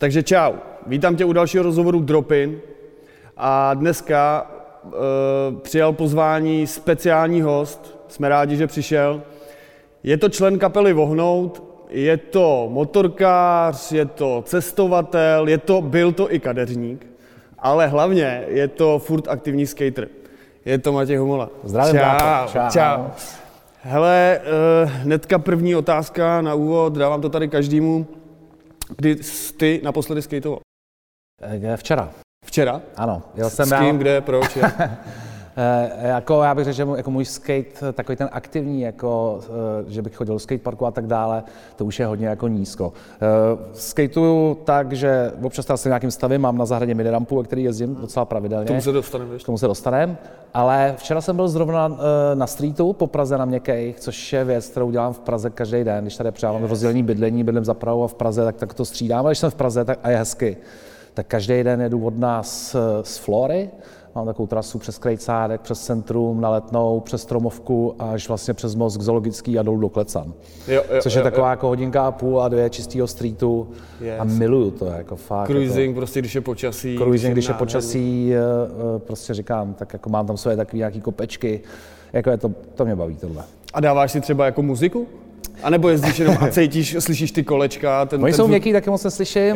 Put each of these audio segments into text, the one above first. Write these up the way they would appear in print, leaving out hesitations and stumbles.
Takže čau, vítám tě u dalšího rozhovoru Drop-In a dneska přijal pozvání speciální host, jsme rádi, že přišel. Je to člen kapely Vohnout, je to motorkář, je to cestovatel, byl to i kadeřník, ale hlavně je to furt aktivní skater. Je to Matěj Homola. Zdravím, čau. Hele, hnedka první otázka na úvod, dávám to tady každému. Kdy jsi ty naposledy skejtoval? Včera. Včera? Ano. S kým, kde, proč? Já bych řekl, že jako můj skate, takový ten aktivní, jako, že bych chodil do skateparku a tak dále, to už je hodně jako nízko. Skateuju tak, že občas se nějakým stavím, mám na zahradě minirampu, ve který jezdím docela pravidelně. K tomu se dostaneme. Ale včera jsem byl zrovna na streetu po Praze na Měkkejch, což je věc, kterou dělám v Praze každý den. Když tady přidávám rozdělení bydlení, bydlím za Prahou a v Praze, tak to střídám. Ale když jsem v Praze a je hezky, tak každý den jedu od nás z Flory. Mám takovou trasu přes Krejcádek, přes centrum, na Letnou, přes Stromovku až vlastně přes most k Zoologický a dolů do Klecan. Což je taková jako hodinka a půl a 2 čistého streetu a miluju to jako fakt. Cruising, jako, prostě když je počasí. Cruising, když je počasí, prostě říkám, tak jako mám tam své takové nějaký kopečky, jako to mě baví tohle. A dáváš si třeba jako muziku? A nebo jezdíš jenom a cítíš, slyšíš ty kolečka? Oni jsou měkký, taky moc neslyším,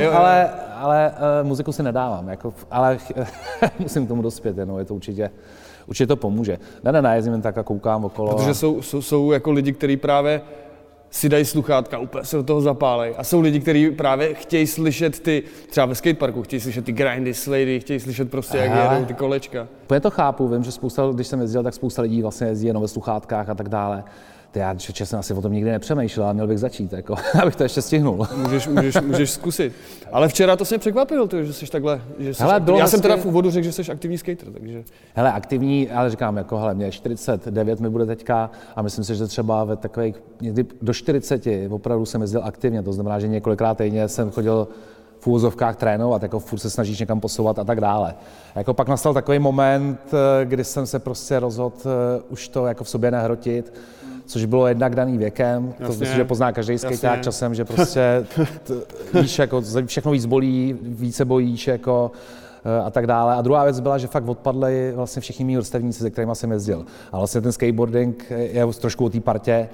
ale muziku si nedávám, jako, ale musím k tomu dospět, je to určitě to pomůže. Ne, jezdím jen tak a koukám okolo. Protože jsou jako lidi, kteří právě si dají sluchátka, úplně se do toho zapálej. A jsou lidi, kteří právě chtějí slyšet třeba ve skateparku, chtějí slyšet ty grindy, slady, chtějí slyšet prostě, jak jedou ty kolečka. Já to chápu, vím, že když jsem jezdil, tak spousta lidí vlastně jezdí jenom ve sluchátkách a tak dále. Já jsem asi o tom nikdy nepřemýšlel, ale měl bych začít, jako, abych to ještě stihnul. Můžeš zkusit. Ale včera to se mě překvapilo, že jsi takhle, já jsem teda v úvodu řekl, že jsi aktivní skater, takže. Hele, aktivní, ale říkám, mě 49 mi bude teďka a myslím si, že třeba ve takových, někdy do 40 opravdu jsem jezdil aktivně, to znamená, že několikrát týdně jsem chodil v úvozovkách trénovat, jako furt se snažíš někam posouvat a tak dále. Jako pak nastal takový moment, kdy jsem se prostě rozhodl už to jako v sobě nehrotit, což bylo jednak daný věkem, to myslím, že pozná každý skejťák časem, že prostě víš, jako všechno víc bolí, více bojíš, jako a tak dále. A druhá věc byla, že fakt odpadly vlastně všichni mý vrstevníci, se kterými jsem jezdil. A vlastně ten skateboarding je trošku o té partě,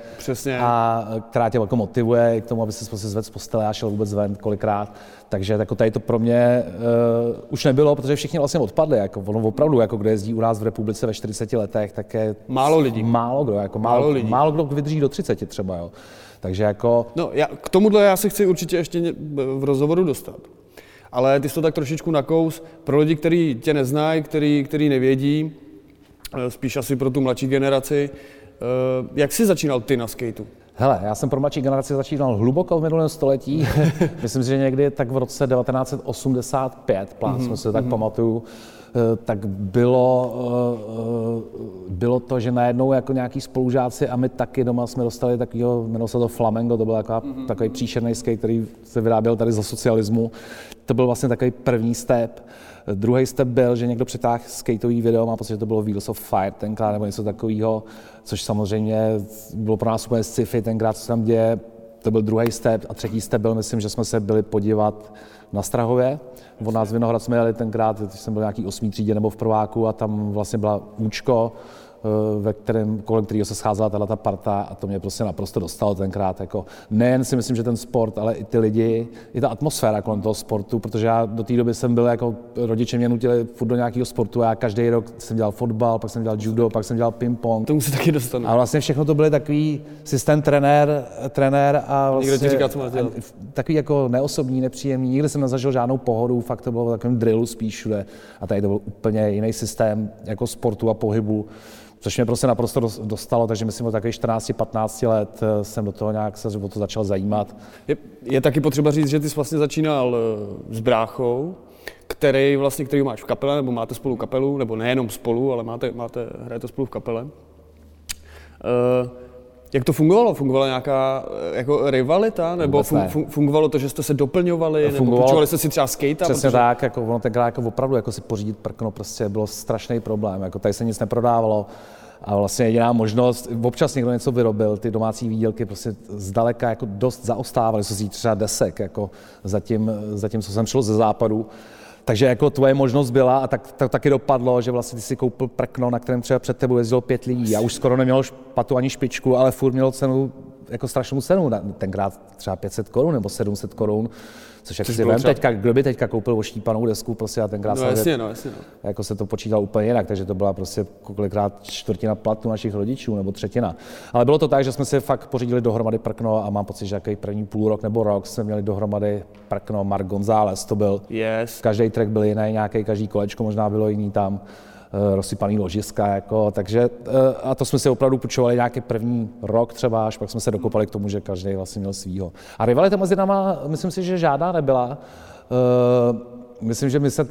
a která tě jako motivuje k tomu, aby se prostě zvedl z postele a šel vůbec ven kolikrát. Takže jako tady to pro mě už nebylo, protože všichni vlastně odpadli. Jako ono opravdu, jako kdo jezdí u nás v republice ve 40 letech, tak je málo lidí. Málo kdo vydrží do 30 třeba, jo. Takže jako. No, k tomuhle já se chci určitě ještě v rozhovoru dostat. Ale ty jsi to tak trošičku nakous pro lidi, kteří tě neznají, kteří nevědí, spíš asi pro tu mladší generaci. Jak jsi začínal ty na skateu? Hele, já jsem pro mladší generaci začínal hluboko v minulém století. Myslím si, že někdy tak v roce 1985, jsme se tak pamatuju, tak bylo to, že najednou jako nějaký spolužáci a my taky doma jsme dostali takového, jmenovalo se to Flamengo, to byl takový příšerný skate, který se vyráběl tady za socialismu. To byl vlastně takový první step. Druhý step byl, že někdo přitáhl skateový video, mám pocit, že to bylo Wheels of Fire tenkrát nebo něco takového, což samozřejmě bylo pro nás úplně sci-fi tenkrát, co se tam děje. To byl druhý step a třetí step byl, myslím, že jsme se byli podívat na Strahově. Od nás Vinohrad jsme jeli tenkrát, když jsem byl v nějaký 8. třídě nebo v prváku a tam vlastně byla účko, kolem kterého se scházela tato parta a to mě prostě naprosto dostalo tenkrát. Jako, nejen si myslím, že ten sport, ale i ty lidi, i ta atmosféra kolem toho sportu, protože já do té doby jsem byl jako, rodiče mě nutili furt do nějakého sportu a já každý rok jsem dělal fotbal, pak jsem dělal judo, pak jsem dělal ping-pong. To musí taky dostat. A vlastně všechno to byly takový systém trenér a vlastně, někdo ti říká, co máš dělat. Takový jako neosobní, nepříjemný, nikdy jsem nezažil žádnou pohodu, fakt to bylo v takovém drillu spíš všude a tady to byl úplně jiný systém jako sportu a pohybu. Což mě prostě naprosto dostalo, takže myslím od takových 14-15 let jsem do toho nějak se o to začal zajímat. Je taky potřeba říct, že ty jsi vlastně začínal s bráchou, který máš v kapele, nebo máte spolu kapelu, nebo nejenom spolu, ale hrajete spolu v kapele. Jak to fungovalo? Fungovala nějaká jako rivalita? Nebo fungovalo to, že jste se doplňovali? Nebo půjčovali jste si třeba skate? Přesně tak, ono tenkrát opravdu si pořídit prkno prostě bylo strašný problém. Jako tady se nic neprodávalo A vlastně jediná možnost, občas někdo něco vyrobil, ty domácí výdělky prostě zdaleka jako dost zaostávaly, co si třeba desek, jako zatím, co jsem šel ze západu. Takže jako tvoje možnost byla a tak taky dopadlo, že vlastně ty si koupil prkno, na kterém třeba před tebou jezdilo 5 lidí. Já už skoro neměl špatu ani špičku, ale furt mělo cenu, jako strašnou cenu, tenkrát třeba 500 korun nebo 700 korun. Což jak si vem teďka, kdo by teďka koupil oštípanou desku, prostě a tenkrát jasně. Jako se to počítalo úplně jinak, takže to byla prostě kolikrát čtvrtina platu našich rodičů nebo třetina. Ale bylo to tak, že jsme si fakt pořídili dohromady prkno a mám pocit, že jaký první půl rok nebo rok jsme měli dohromady prkno Marc González, to byl. Yes. Každý track byl jiný, nějaký, každý kolečko možná bylo jiný tam. Rozsypaný ložiska, jako, takže a to jsme si opravdu půjčovali nějaký první rok třeba, až pak jsme se dokopali k tomu, že každý vlastně měl svýho. A rivalita mezi náma, myslím si, že žádná nebyla. Myslím, že my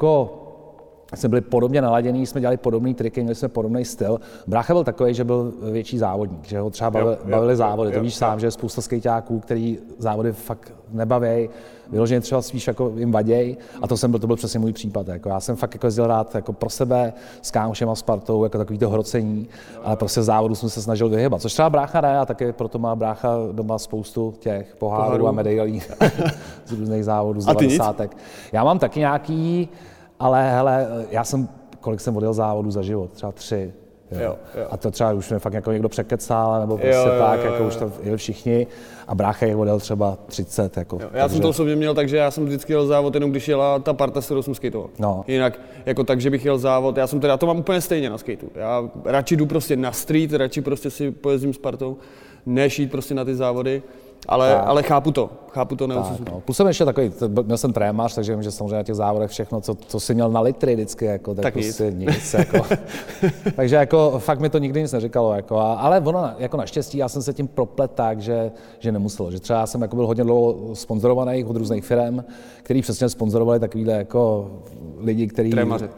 jsme byli podobně naladění, jsme dělali podobný triky, měli jsme podobný styl. Brácha byl takový, že byl větší závodník, že ho třeba bavili závody. To víš sám, že je spousta skejťáků, který závody fakt nebaví, vyloženě třeba spíš jako jim vaděj, a to byl přesně můj případ. Jako já jsem fakt jako jezdil rád jako pro sebe s kámošema, s partou, jako takový to hrocení, ale prostě závodu jsem se snažil vyhybat, což třeba brácha ne, a taky proto má brácha doma spoustu těch pohárů a medailí z různých závodů, z 90. Já mám taky nějaký, ale hele, kolik jsem odjel závodů za život, třeba 3. Jo. A to třeba už mě fakt jako někdo překecal, nebo prostě jako už to jeli všichni, a brácha je odjel třeba 30. Jako, já jsem to osobně měl, takže já jsem vždycky jel závod jenom když jela ta parta, s kterou jsem skejtoval. No. Jinak jako tak, že bych jel závod, já to mám úplně stejně na skejtu. Já radši jdu prostě na street, radši prostě si pojezdím s partou, než jít prostě na ty závody. Ale chápu to neodsuzím. No. Plus jsem ještě takový, měl jsem trémař, takže vím, že samozřejmě na těch závodech všechno, co jsi měl na litry vždycky, jako, tak prostě nic jako. Takže jako fakt mi to nikdy nic neříkalo, jako, ale ono jako naštěstí já jsem se tím proplet tak, že nemuselo, že třeba jsem jako byl hodně dlouho sponzorovaný od různých firm, který přesně sponzorovali takovýhle jako lidi, kteří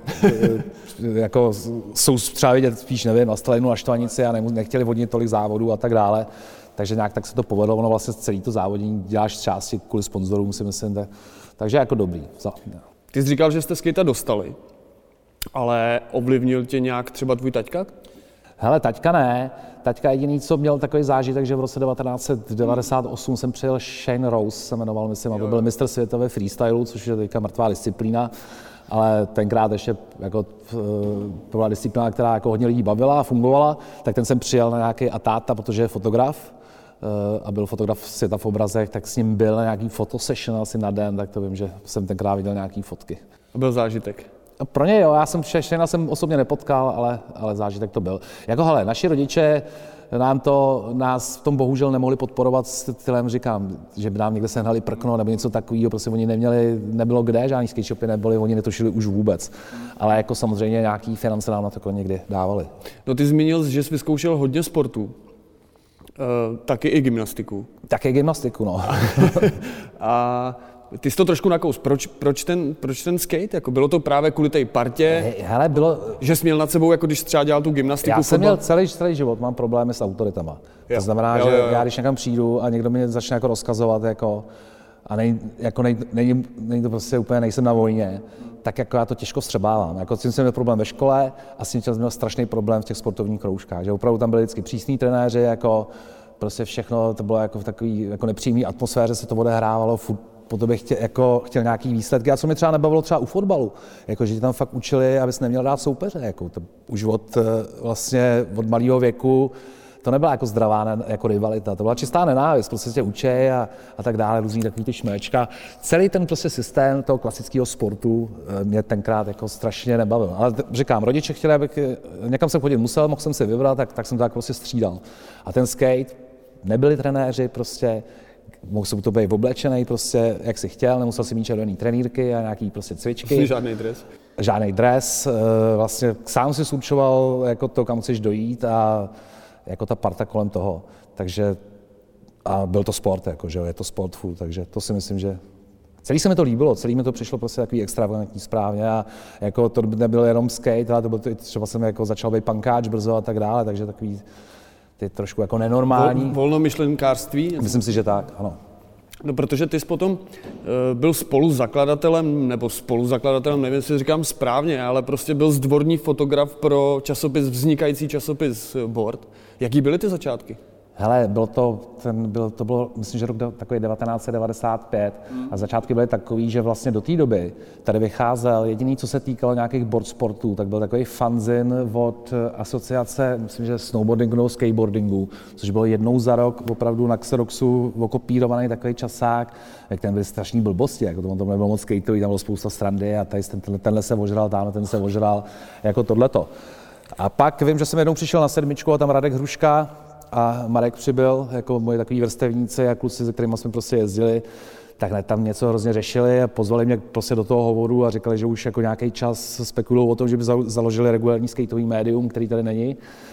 jako jsou třeba vidět spíš, nevím, na Stalinu, na Štvanici a nechtěli vodnit tolik závodů a tak dále. Takže nějak tak se to povedlo, ono vlastně celý to závodění děláš části kvůli sponzorům, si myslím, takže jako dobrý. Ty jsi říkal, že jste skejta dostali, ale ovlivnil tě nějak třeba tvůj taťka? Hele, taťka ne. Taťka jediný, co měl takový zážitek, že v roce 1998 jsem přijel Shane Rose, se jmenoval, myslím, a to byl mistr světové freestylu, což je teďka mrtvá disciplína. Ale tenkrát ještě jako, to byla disciplína, která jako hodně lidí bavila a fungovala, tak ten jsem přijel na nějaký atáta, protože je fotograf a byl fotograf světa v obrazech, tak s ním byl na nějaký fotosession asi na den, tak to vím, že jsem tenkrát viděl nějaký fotky. A byl zážitek? A pro něj jo, já jsem jsem osobně nepotkal, ale zážitek to byl. Jako hele, naši rodiče nás v tom bohužel nemohli podporovat stylem, říkám, že by nám někde sehnali prkno nebo něco takového, prostě oni nebylo kde, žádný skate shopy nebyly, oni netušili už vůbec. Ale jako samozřejmě nějaký finance nám na to někdy dávali. No ty zmínil, že jsi vyzkoušel hodně sportů, taky i gymnastiku. Taky gymnastiku, no. A ty jsi to trošku nakous. Proč ten skate? Jako bylo to právě kvůli té partě? Hele, že jsi měl nad sebou, jako když třeba dělal tu gymnastiku? Já jsem měl celý život, mám problémy s autoritama. To znamená, že já když někam přijdu a někdo mě začne jako rozkazovat, jako, a není to prostě úplně, nejsem na vojně, tak jako já to těžko střebávám. Jako, s tím jsem měl problém ve škole a s tím jsem měl strašný problém v těch sportovních kroužkách. Že opravdu tam byli vždycky přísní trenéři, prostě všechno, to bylo jako v takové jako nepříjemné atmosféře, se to odehrávalo, po tobě chtěl nějaký výsledky. A co mi třeba nebavilo třeba u fotbalu, jako, že ti tam fakt učili, abys neměl rád soupeře. Jako, to už od malého věku to nebyla jako zdravá jako rivalita, to byla čistá nenávist, prostě tě učej a tak dále, různý takový ty šmečka. Celý ten prostě systém toho klasického sportu mě tenkrát jako strašně nebavil. Ale říkám, rodiče chtěli, abych někam jsem chodit musel, mohl jsem si vybrat, tak jsem to tak prostě střídal. A ten skate, nebyli trenéři prostě, mohl jsem to být oblečený prostě, jak si chtěl, nemusel si mít červený trenýrky a nějaký prostě cvičky. Žádný dres. Vlastně sám si určoval jako to, kam chceš dojít a jako ta parta kolem toho. Takže a byl to sport, jako, že je to sport full, takže to si myslím, že celý se mi to líbilo, celý mi to přišlo prostě takový extravagantní správně a jako to nebyl jenom skate, ale to bylo třeba jsem jako začal být punkáč brzo a tak dále, takže takový ty trošku jako nenormální. Volnomyšlenkářství? Myslím si, že tak, ano. No, protože ty jsi potom byl spoluzakladatelem, nevím, jestli říkám správně, ale prostě byl zdvorní fotograf pro vznikající časopis Board. Jaký byly ty začátky? Hele, to bylo, myslím, že rok takový 1995 a začátky byly takový, že vlastně do té doby tady vycházel jediný, co se týkalo nějakých board sportů, tak byl takový fanzin od asociace, myslím, že snowboardingu nebo skateboardingu, což bylo jednou za rok opravdu na Xeroxu okopírovaný takový časák, jak ten byly strašný blbosti, jako to nebylo moc skateový, tam bylo spousta srandy a tady tenhle se ožral, tamhle ten se ožral, jako tohleto. A pak vím, že jsem jednou přišel na sedmičku a tam Radek Hruška a Marek přibyl, jako moji takový vrstevníci a kluci, se kterými jsme prostě jezdili, tak tam něco hrozně řešili a pozvali mě prostě do toho hovoru a říkali, že už jako nějaký čas spekulují o tom, že by založili regulární skateový médium, který tady není,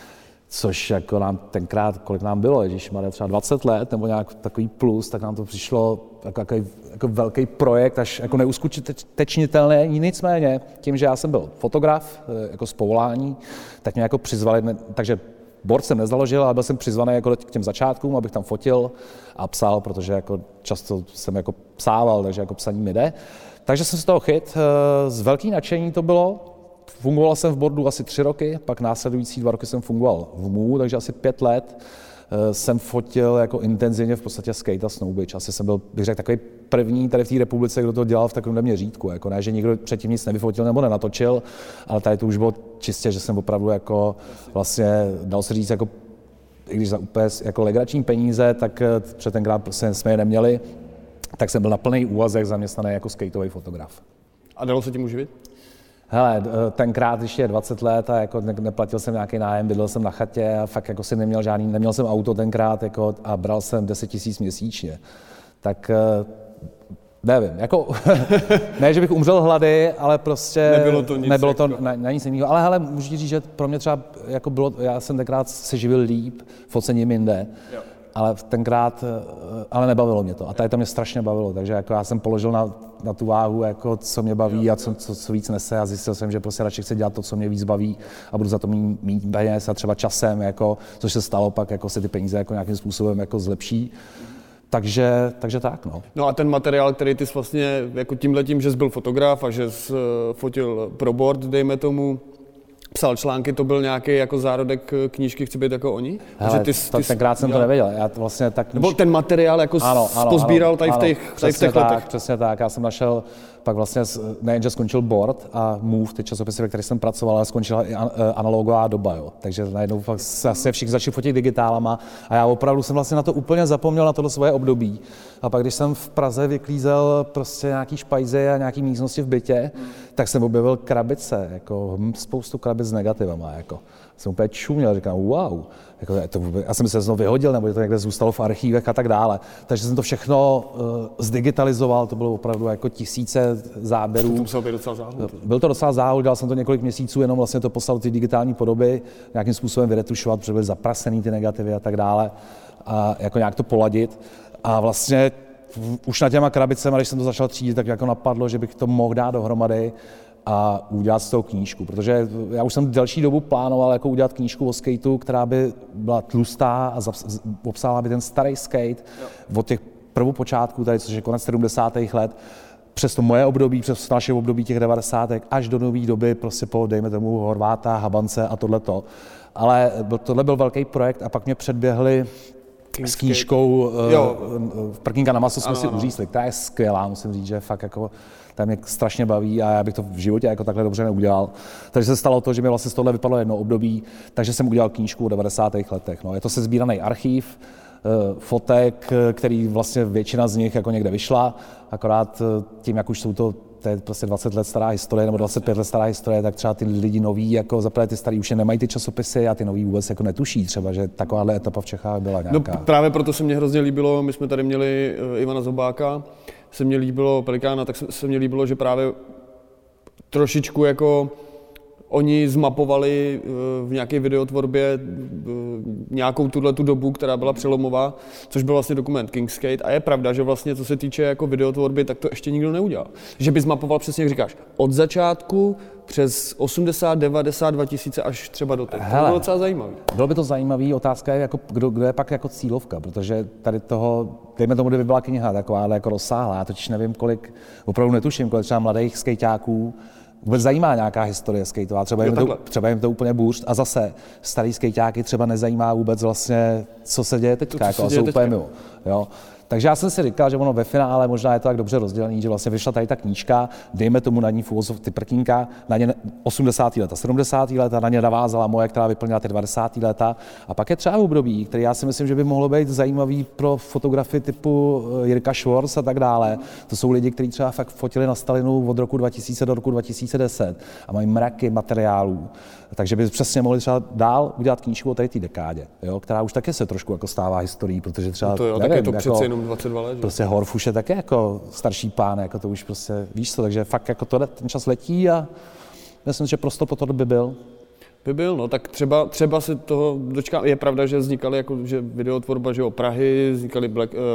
což jako nám tenkrát, kolik nám bylo, ježišmarja, třeba 20 let nebo nějak takový plus, tak nám to přišlo jako velký projekt, až jako neuskutečnitelný, nicméně tím, že já jsem byl fotograf jako z povolání, tak mě jako přizvali, takže board jsem nezaložil, ale byl jsem přizvaný jako k těm začátkům, abych tam fotil a psal, protože jako často jsem jako psával, takže jako psaní mi jde. Takže jsem z toho chyt, z velký nadšení to bylo. Fungoval jsem v boardu asi 3 roky, pak následující 2 roky jsem fungoval v MU, takže asi 5 let jsem fotil jako intenzivně v podstatě skate a snowbeach. Asi jsem byl, bych řekl, takový první tady v té republice, kdo to dělal v takovém měřítku. Jako ne, že nikdo předtím nic nevyfotil nebo nenatočil, ale tady to už bylo čistě, že jsem opravdu jako vlastně, dal se říct, jako, i když za úplně jako legrační peníze, tak před tenkrát prostě jsme je neměli, tak jsem byl na plný úvazek zaměstnaný jako skateový fotograf. A dalo se tím uživit? Hele, tenkrát, když je 20 let a jako neplatil jsem nějaký nájem, bydlel jsem na chatě a fakt jako si neměl jsem auto tenkrát jako, a bral jsem 10 000 měsíčně. Tak nevím, jako ne, že bych umřel hlady, ale prostě nebylo to na nic jiného. Ale hele, můžu říct, že pro mě třeba jako bylo, já jsem tenkrát se živil líp, focením jinde. Jo. Ale tenkrát, ale nebavilo mě to. A tady to mě strašně bavilo, takže jako já jsem položil na tu váhu, jako co mě baví a co víc nese a zjistil jsem, že prostě radši chci dělat to, co mě víc baví a budu za to mít peněz a třeba časem, jako, což se stalo, pak jako se ty peníze jako nějakým způsobem jako zlepší. Takže tak, no. No a ten materiál, který ty jsi vlastně jako tímhletím, že jsi byl fotograf a že jsi fotil pro board, dejme tomu, psal články, to byl nějaký jako zárodek knížky Chci být jako oni? Hele, tenkrát jsem to nevěděl. Já to vlastně tak nebo ten materiál jako pozbíral tady v těch letech. Přesně tak. Já jsem našel pak vlastně nejenže skončil Board a Move, ty časopisy, ve kterých jsem pracoval, ale skončila i analogová doba, jo. Takže najednou fakt se všichni začali fotit digitálama a já opravdu jsem vlastně na to úplně zapomněl, na tohle svoje období. A pak, když jsem v Praze vyklízel prostě nějaký špajzy a nějaký místnosti v bytě, tak jsem objevil krabice, jako spoustu krabic s negativama, jako. Jsem úplně čuměl, říkám, wow, jako já jsem se znovu vyhodil, nebo to někde zůstalo v archívech a tak dále. Takže jsem to všechno zdigitalizoval, to bylo opravdu jako tisíce záběrů. To musel být docela záhul. Byl to docela záhul, dělal jsem to několik měsíců, jenom vlastně to poslal ty digitální podoby, nějakým způsobem vyretušovat, protože byly zaprasený ty negativy a tak dále, a jako nějak to poladit. A vlastně už na těma krabicema, když jsem to začal třídit, tak jako napadlo, že bych to mohl dát dohromady a udělat z toho knížku, protože já už jsem delší dobu plánoval jako udělat knížku o skateu, která by byla tlustá a obsahovala by ten starý skate od těch prvopočátků, tady, což je konec 70. let, přes to moje období, přes naše období těch 90. až do nové doby, prostě po, dejme tomu, Horváta, Habance a tohleto. Ale tohle byl velký projekt a pak mě předběhli s knížkou Prkínka na maso jsme si uřízli, která je skvělá, musím říct, že fakt jako ta mě strašně baví a já bych to v životě jako takhle dobře neudělal. Takže se stalo to, že mi vlastně z tohle vypadlo jedno období, takže jsem udělal knížku o 90. letech. No, je to sesbíraný archív fotek, který vlastně většina z nich jako někde vyšla, akorát tím, jak už jsou to je prostě 20 let stará historie nebo 25 let stará historie, tak třeba ty lidi noví, jako zaprvé ty starý už nemají ty časopisy a ty noví vůbec jako netuší třeba, že takováhle etapa v Čechách byla nějaká. No právě proto se mně hrozně líbilo, my jsme tady měli Ivana Zobáka, se mně líbilo Pelikána, tak se mně líbilo, že právě trošičku jako oni zmapovali v nějaké videotvorbě nějakou tuhletu dobu, která byla přelomová, což byl vlastně dokument Kingsgate. A je pravda, že vlastně co se týče jako videotvorby, tak to ještě nikdo neudělal. Že by zmapoval přesně, jak říkáš, od začátku přes 80, 90, 2000 až třeba do teď. To bylo docela zajímavé. Bylo by to zajímavé, otázka je, jako, kdo je pak jako cílovka, protože tady toho, dejme tomu, kdyby byla kniha taková, ale jako rozsáhlá, já totiž nevím, kolik, opravdu netuším, kolik třeba mladých skejťáků vůbec zajímá nějaká historie skateová, třeba jim to úplně bůřt a zase starý skejťáky třeba nezajímá vůbec vlastně, co se děje teďka, jako jsou úplně mimo. Jo. Takže já jsem si říkal, že ono ve finále možná je to tak dobře rozdělený, že vlastně vyšla tady ta knížka, dejme tomu na ní ty prkínka, na ně 80. leta, 70. leta, na ně navázala moje, která vyplnila ty 20. leta. A pak je třeba období, který já si myslím, že by mohlo být zajímavý pro fotografy typu Jirka Schwarz a tak dále. To jsou lidi, kteří třeba fakt fotili na Stalinu od roku 2000 do roku 2010 a mají mraky materiálů. Takže by přesně mohli třeba dál udělat knížku o té dekádě, jo, která už taky se trošku jako stává historií, protože třeba no to jo, nevím, tak je to jako, přece jenom 22 let. Prostě Horf už je také jako starší pán, jako to už prostě víš co, takže fakt jako ten čas letí a myslím, že prostor pro to by byl. No tak třeba se toho dočká. Je pravda, že vznikaly jako, že videotvorba, že o Prahy, vznikaly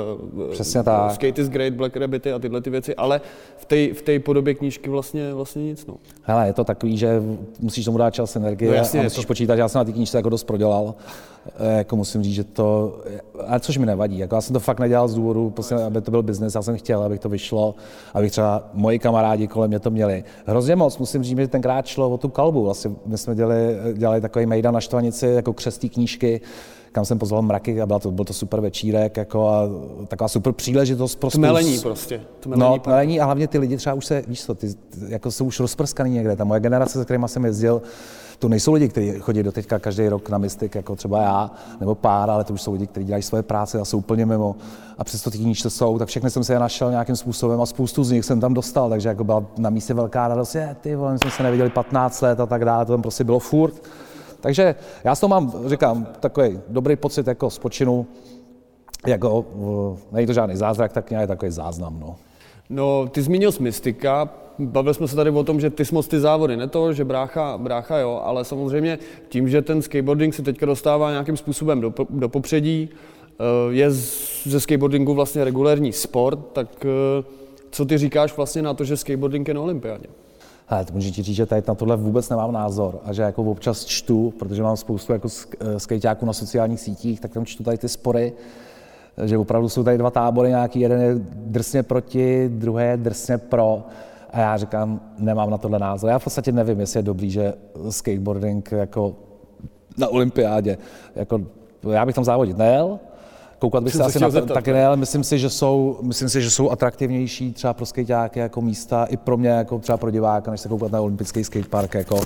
Skate is Great, Black Rabbity a tyhle ty věci, ale v té podobě knížky vlastně nic. No. Hele, je to takový, že musíš tomu dát čas, energie, no, jasně, a musíš počítat, že já jsem na té knížce jako dost prodělal. Jako musím říct, že to, ale což mi nevadí, jako já jsem to fakt nedělal z důvodu, aby to byl biznes, já jsem chtěl, abych to vyšlo, abych třeba moji kamarádi kolem mě to měli. Hrozně moc, musím říct, že tenkrát šlo o tu kalbu, vlastně my jsme dělali takový mejdan na Štvanici, jako křestí knížky, kam jsem pozval mraky a byl to super večírek, jako a taková super příležitost. Tmelení prostě. Tmelení a hlavně ty lidi třeba už se, víš co, ty jako jsou už rozprskaný někde, ta moje generace, se kterýma jsem jezdil, to nejsou lidi, kteří chodí do teďka každý rok na Mystic, jako třeba já, nebo pár, ale to už jsou lidi, kteří dělají svoje práce a jsou úplně mimo. A přesto ty knížky jsou, tak všechny jsem se je našel nějakým způsobem a spoustu z nich jsem tam dostal, takže jako byla na místě velká radost, ty vole, my jsme se neviděli 15 let a tak dále, to tam prostě bylo furt. Takže já s toho mám, říkám, takový dobrý pocit jako z počinu, jako není to žádný zázrak, tak je takový záznam, no. No, ty zmínil jsi Mystika, bavili jsme se tady o tom, že ty jsi moc ty závody, ne to, že brácha jo, ale samozřejmě tím, že ten skateboarding se teďka dostává nějakým způsobem do popředí, je ze skateboardingu vlastně regulérní sport, tak co ty říkáš vlastně na to, že skateboarding je na olympiádě? Hele, to můžu ti říct, že tady na tohle vůbec nemám názor a že jako občas čtu, protože mám spoustu jako skejťáků na sociálních sítích, tak tam čtu tady ty spory, že opravdu jsou tady dva tábory, nějaký jeden je drsně proti, druhý je drsně pro a já říkám, nemám na tohle názor. Já v podstatě nevím, jestli je dobrý, že skateboarding jako na olympiádě, jako já bych tam závodit nejel, koukat bych se asi na to taky ne, ale myslím si, že jsou atraktivnější třeba pro skejťáky jako místa i pro mě, jako třeba pro diváka, než se koukat na olympijský skatepark. Jako.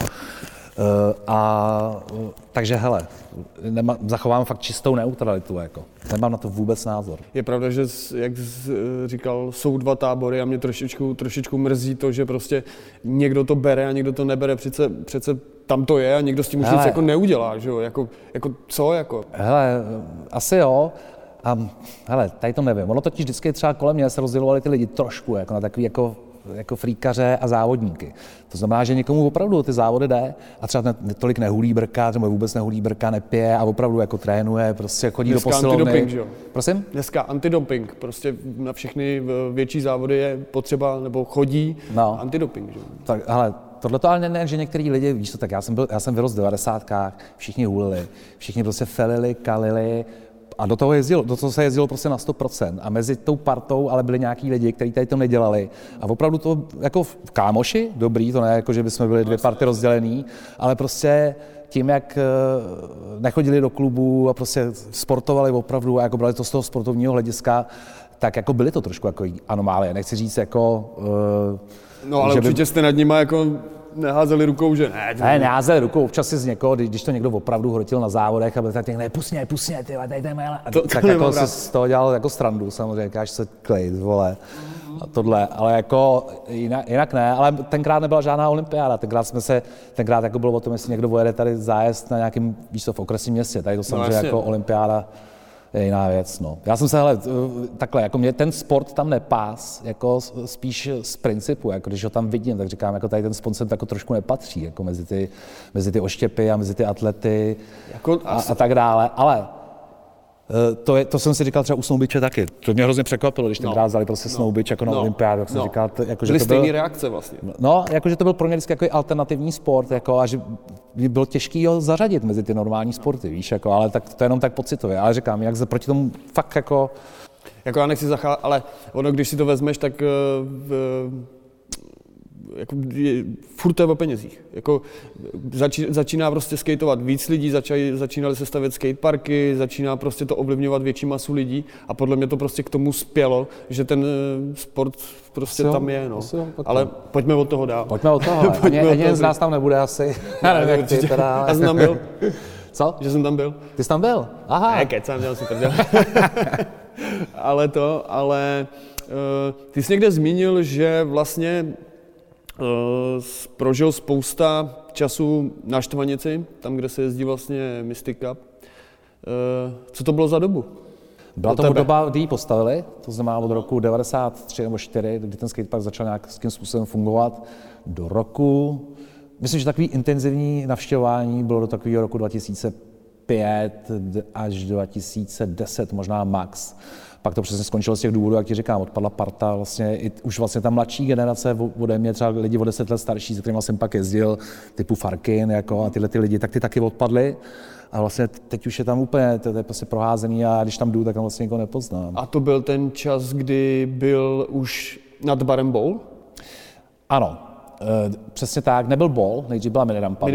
Takže hele, zachovám fakt čistou neutralitu, jako. Nemám na to vůbec názor. Je pravda, že jak jsi říkal, jsou dva tábory a mě trošičku mrzí to, že prostě někdo to bere a někdo to nebere, přece tam to je a někdo s tím už nic jako neudělá, že jo, jako co, jako? Hele, asi jo. A hele, tady to nevím. Ono totiž vždycky třeba kolem mě se rozdělovali ty lidi trošku jako na takový jako fríkaře a závodníky. To znamená, že někomu opravdu ty závody jde a třeba tolik nehulí brka, třeba vůbec nehulí brka, nepije a opravdu jako trénuje, prostě chodí dneska do posilovny. Antidoping, že jo? Prosím? Dneska antidoping, prostě na všechny větší závody je potřeba, nebo chodí antidoping, že jo? Tak hele, tohle to ale ne, že některý lidi, víš to, tak já jsem vyrost v 90kách, všichni hulili, všichni prostě felili, kalili, a do toho se jezdilo prostě na 100%. A mezi tou partou ale byli nějaký lidi, kteří tady to nedělali. A opravdu to jako kámoši, dobrý, to ne jako, že bychom byli dvě party rozdělený, ale prostě tím, jak nechodili do klubu a prostě sportovali opravdu a jako brali to z toho sportovního hlediska, tak jako byly to trošku jako anomálie. Nechci říct jako... No ale určitě jste nad nima jako... Neházeli rukou, že ne? Neházeli rukou, občas si z někoho, když to někdo opravdu hrotil na závodech a byl tak někde, pusně, ty tady tak jako si z toho dělal jako strandu, samozřejmě, říkáš se klejt, vole, a tohle, ale jako jinak ne, ale tenkrát nebyla žádná olympiáda, tenkrát jako bylo o tom, jestli někdo vojede tady zájezd na nějakým, víš co, v okresním městě, tady to samozřejmě jako olympiáda je jiná věc, no. Já jsem se, takhle, jako mě ten sport tam nepás, jako spíš z principu, jako když ho tam vidím, tak říkám, jako tady ten sport sem jako trošku nepatří, jako mezi ty oštěpy a mezi ty atlety jako a tak dále, ale to jsem si říkal třeba u snowbiče taky. To mě hrozně překvapilo, když tenkrát vzali prostě snowbič jako na olympiádu, jak jsem říkal, jako, že to stejný reakce vlastně. No, jakože to byl pro mě vždycky jako alternativní sport, jako, a že bylo těžké ho zařadit mezi ty normální sporty, víš, jako, ale tak, to je jenom tak pocitově. Ale říkám, jak proti tomu fakt jako... Jako já nechci zacházet, ale ono, když si to vezmeš, tak jako furt to je o penězích. Jako začíná prostě skateovat víc lidí, začínali se stavět skateparky, začíná prostě to ovlivňovat větší masu lidí a podle mě to prostě k tomu spělo, že ten sport prostě tam je, no. Ale pojďme od toho dál. Pojďme od toho, ani jeden z nás tam nebude asi. Já jsem tam byl. Co? Že jsem tam byl. Ty jsi tam byl? Aha. Ne, kecám, dělal si prdel. ale ty jsi někde zmínil, že vlastně prožil spousta času na Štvanici, tam, kde se jezdí vlastně Mystic Cup. Co to bylo za dobu? Byla to doba, kdy ji postavili, to znamená od roku 93 nebo 4, kdy ten skatepark začal nějakým způsobem fungovat, do roku, myslím, že takový intenzivní navštěvování bylo do takového roku 2005 až 2010, možná max. Pak to přesně skončilo z těch důvodů, jak ti říkám, odpadla parta, vlastně už vlastně ta mladší generace ode mě, třeba lidi o 10 let starší, se kterými jsem pak jezdil, typu Farkin jako, a tyhle ty lidi, tak ty taky odpadly. A vlastně teď už je tam úplně, to je prostě proházený a když tam jdu, tak tam vlastně nikoho nepoznám. A to byl ten čas, kdy byl už nad barem bowl? Ano, přesně tak, nebyl bowl, nejdřív byla minirampa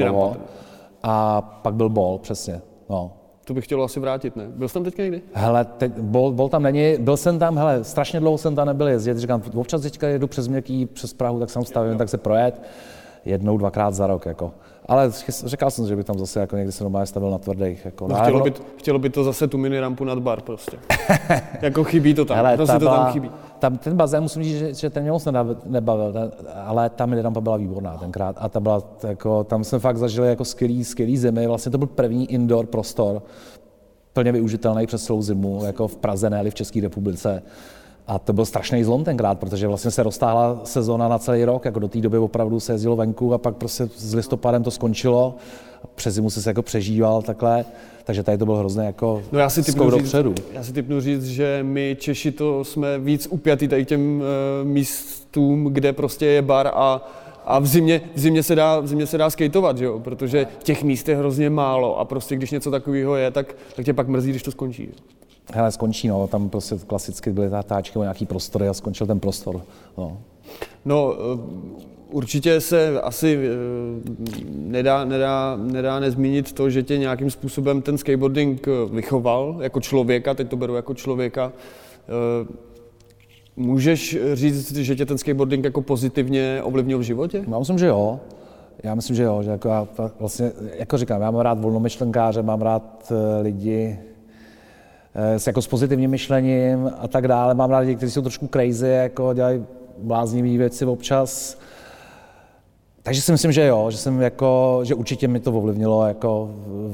a pak byl bowl, přesně, no. To bych chtěl asi vrátit, ne? Byl jsi tam teďka někdy? Hele, bol tam není, byl jsem tam, hele, strašně dlouho jsem tam nebyl jezdit, říkám, občas teďka jedu přes Měkký, přes Prahu, tak jsem stavím, tak se projet, jednou, dvakrát za rok, jako. Ale říkal jsem, že bych tam zase jako někdy se normálně stavil na tvrdých, jako. No, chtělo by to zase tu mini rampu nad bar prostě. Jako chybí to tam, hele, prostě to tam chybí. Tam ten bazén, musím říct, že ten mě moc nebavil, ale ta mini rampa byla výborná tenkrát a ta byla, jako, tam jsme fakt zažili jako skvělý zimy, vlastně to byl první indoor prostor, plně využitelný přes celou zimu, jako v Praze, ne v České republice. A to byl strašný zlom tenkrát, protože vlastně se roztáhla sezóna na celý rok, jako do té doby opravdu se jezdilo venku a pak prostě s listopadem to skončilo. Přes zimu se jako přežíval takhle, takže tady to bylo hrozně jako skoro dopředu. Já si tipnu říct, že my Češi to jsme víc upjatý tady těm místům, kde prostě je bar a v zimě se dá skateovat, že jo? Protože těch míst je hrozně málo a prostě když něco takového je, tak tě pak mrzí, když to skončí. Hele, skončí, no, tam prostě klasicky byly táčky o nějaký prostory a skončil ten prostor, no. No, určitě se asi nedá nezmínit to, že tě nějakým způsobem ten skateboarding vychoval jako člověka, teď to beru jako člověka. Můžeš říct, že tě ten skateboarding jako pozitivně ovlivnil v životě? Já myslím, že jo. Že jako já vlastně, jako říkám, já mám rád volnomyšlenkáře, mám rád lidi jako s pozitivním myšlením a tak dále. Mám rád lidi, kteří jsou trošku crazy, jako dělají bláznivý věci občas. Takže si myslím, že jo, že určitě mi to ovlivnilo jako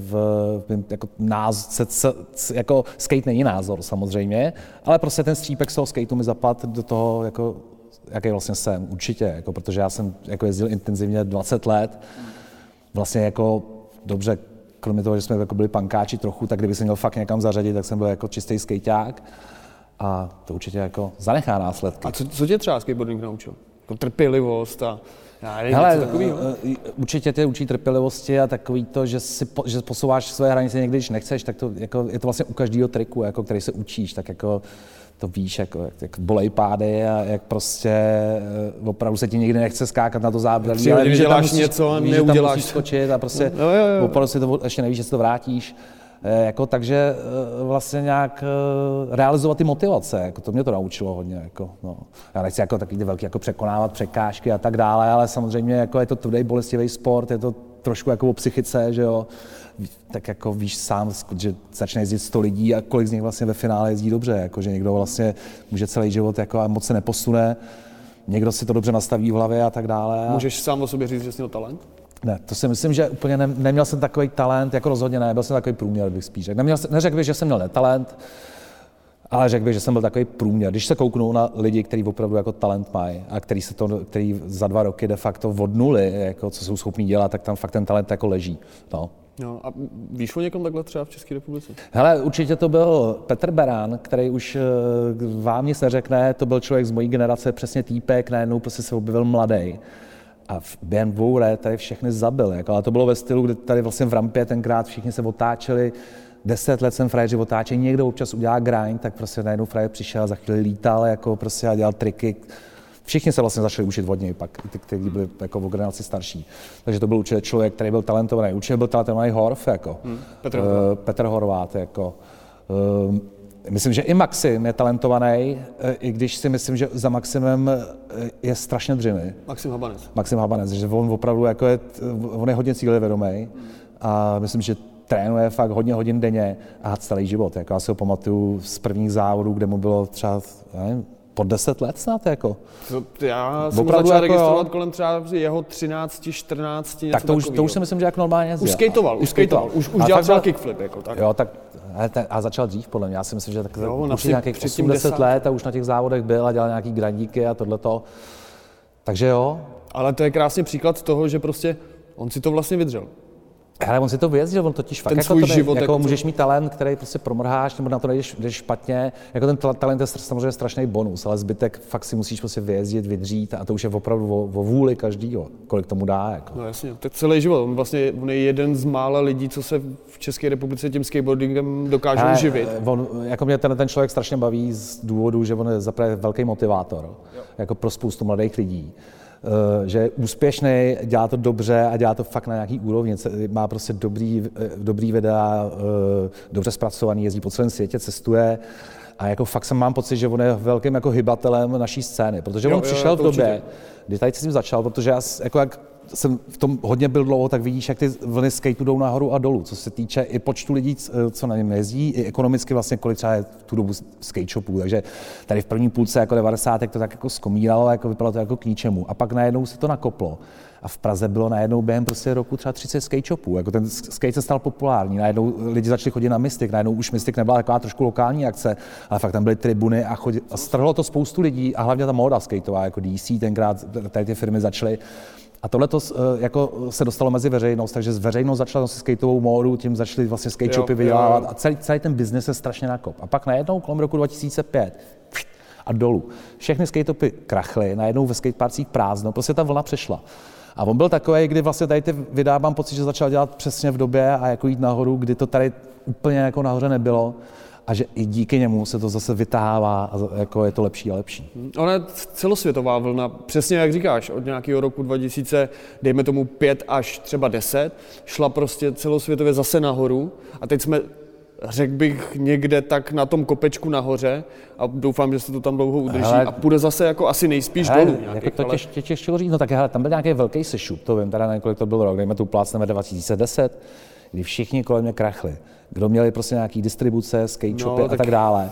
jako skate není názor samozřejmě, ale prostě ten střípek z toho skateu mi zapadl do toho, jako, jaký vlastně jsem, určitě, jako, protože já jsem jako jezdil intenzivně 20 let, vlastně jako dobře, kromě toho, že jsme jako byli pankáči trochu, tak kdyby se měl fakt někam zařadit, tak jsem byl jako čistý skejťák a to určitě jako zanechá následky. A co tě třeba skateboarding naučil? Jako trpělivost a hele, určitě tě učí trpělivosti a takový to, že posouváš své hranice někdy, když nechceš, tak to jako, je to vlastně u každého triku, jako, který se učíš, tak jako to víš, jako, jak bolej pády a jak prostě opravdu se ti nikdy nechce skákat na to zábradlí, ale víš, že tam musíš, něco a neuděláš. Musíš skočit a prostě opravdu si to ještě nevíš, že si to vrátíš. Jako, takže vlastně nějak realizovat ty motivace, jako, to mě to naučilo hodně. Jako, no. Já nechci jako takový ty velký jako překonávat překážky a tak dále, ale samozřejmě jako, je to tvrdý bolestivý sport, je to trošku jako o psychice, že jo. Tak jako víš sám, že začne jezdit 100 lidí a kolik z nich vlastně ve finále jezdí dobře, jako, že někdo vlastně může celý život jako, a moc se neposune, někdo si to dobře nastaví v hlavě a tak dále. Můžeš sám o sobě říct, že jsi měl talent? Ne, to si myslím, že úplně neměl jsem takový talent, jako rozhodně ne, byl jsem takový průměr, bych spíš řekl. Neřekl bych, že jsem měl netalent, ale řekl bych, že jsem byl takový průměr. Když se kouknu na lidi, kteří opravdu jako talent mají a který za 2 roky de facto od nuly, jako co jsou schopní dělat, tak tam fakt ten talent jako leží. No. No, a víš o někom takhle třeba v České republice? Hele, určitě to byl Petr Beran, který už vám nic neřekne, to byl člověk z mojí generace, přesně týpek, najednou prostě se objevil mladý. A během 2 let tady všechny zabil, jako, ale to bylo ve stylu, kdy tady vlastně v rampě tenkrát všichni se otáčeli, 10 let jsem frajeři otáčeli, někdo občas udělá grind, tak prostě najednou frajer přišel, za chvíli lítal jako prostě a dělal triky. Všichni se vlastně začali učit od něj, pak i ty, kteří byli jako o generaci starší. Takže to byl určitě člověk, který byl talentovaný. Určitě byl talentovaný Horf, jako. Petr Horvát, jako. Myslím, že i Maxim je talentovaný, i když si myslím, že za Maximem je strašně dřiny. Maxim Habanec, že on opravdu jako on je hodně cílevědomý a myslím, že trénuje fakt hodně hodin denně a celý život. Jako já si ho pamatuju z prvních závodů, kde mu bylo třeba, nevím, po 10 let snad, jako. Já jsem opravdu začal jako registrovat kolem třeba jeho 13, 14, něco tak to už si myslím, že jako normálně jezdil. Už skejtoval. Už dělal třeba kickflip, jako tak. Jo, tak a začal dřív, podle mě. Já si myslím, že tak už nějakých 80 let a už na těch závodech byl a dělal nějaký grandíky a tohleto. Takže jo. Ale to je krásný příklad toho, že prostě on si to vlastně vydržel. Ale on si to vyjezdil, on totiž fakt jako, život, jako můžeš mít talent, který prostě promrháš, nebo na to jdeš špatně. Jako ten talent je samozřejmě strašný bonus, ale zbytek fakt si musíš prostě vyjezdit, vydřít a to už je opravdu o vůli každýho, kolik tomu dá. Jako. No jasně, tak celý život. On je jeden z mála lidí, co se v České republice tím skateboardingem dokážou živit. Jako mě ten člověk strašně baví z důvodu, že on je zaprvé velký motivátor, jako pro spoustu mladých lidí. Že je úspěšný, dělá to dobře a dělá to fakt na nějaký úrovni. Má prostě dobrý videa, dobře zpracovaný, jezdí po celém světě, cestuje a jako fakt mám pocit, že on je velkým jako hybatelem naší scény, protože on přišel v době, kdy tady s tím začal, protože já jako jak jsem v tom hodně byl dlouho, tak vidíš, jak ty vlny skateu jdou nahoru a dolů, co se týče i počtu lidí, co na něm jezdí, i ekonomicky vlastně, kolik třeba je v tu dobu skate shopů. Takže tady v první půlce jako 90. to tak jako skomíralo, jako vypadalo to jako k ničemu. A pak najednou se to nakoplo. A v Praze bylo najednou během prostě roku třeba 30 skate shopů. Jako ten skate se stal populární. Najednou lidi začali chodit na Mystic. Najednou už Mystic nebyla taková trošku lokální akce, ale fakt tam byly tribuny a strhlo to spoustu lidí a hlavně ta móda skateová, jako DC tenkrát tady ty firmy začaly. A tohle jako se dostalo mezi veřejnost, takže z veřejnost začala nosit skateovou módu, tím začaly vlastně skate shopy vydělávat a celý ten biznes se strašně nakop. A pak najednou kolem roku 2005 a dolů. Všechny skate shopy krachly, najednou ve skateparcích prázdno, prostě ta vlna přešla. A on byl takový, kdy vlastně tady ty videa mám pocit, že začal dělat přesně v době a jako jít nahoru, kdy to tady úplně jako nahoře nebylo. A že i díky němu se to zase vytahává a jako je to lepší a lepší. Ona je celosvětová vlna, přesně jak říkáš, od nějakého roku 2000, dejme tomu 5 až třeba 10, šla prostě celosvětově zase nahoru a teď jsme, řekl bych, někde tak na tom kopečku nahoře a doufám, že se to tam dlouho udrží a půjde zase jako asi nejspíš dolů. Jako to těžko říct, no tak hele, tam byl nějaký velký sešup, to vím, teda kolik to byl rok, dejme tu plácneme 2010, kdy všichni kolem mě krachli. Kdo měli prostě nějaký distribuce, skate shopy a tak dále.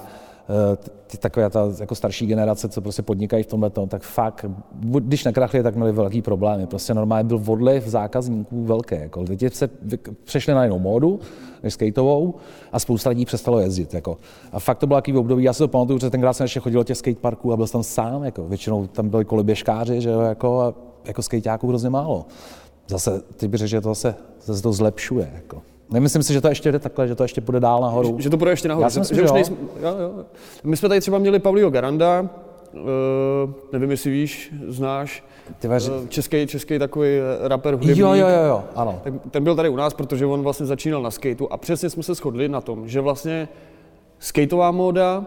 Taková ta jako starší generace, co prostě podnikají v tomhletom, tak fakt, když nekrachli, tak měli velký problémy. Prostě normálně byl odliv zákazníků velký. Jako. Lidi se přešli na jinou módu, než skateovou a spousta lidí přestalo jezdit. Jako. A fakt to bylo takový období, já si to pamatuju, že tenkrát jsem ještě chodil do těch skateparků a byl jsem tam sám. Jako. Většinou tam byli koloběžkáři, že jo, a jako skateáků hrozně málo. Zase, ty bych řekl, že to zase to zlepšuje. Jako. Nemyslím si, že to ještě jde takhle, že to ještě půjde dál nahoru. Že to půjde ještě nahoru. Já si myslím, že už jo. My jsme tady třeba měli Pavlího Garanda, nevím, jestli víš, znáš, český takový rapper, hudebník. Jo, ano. Tak ten byl tady u nás, protože on vlastně začínal na skateu a přesně jsme se shodli na tom, že vlastně skateová móda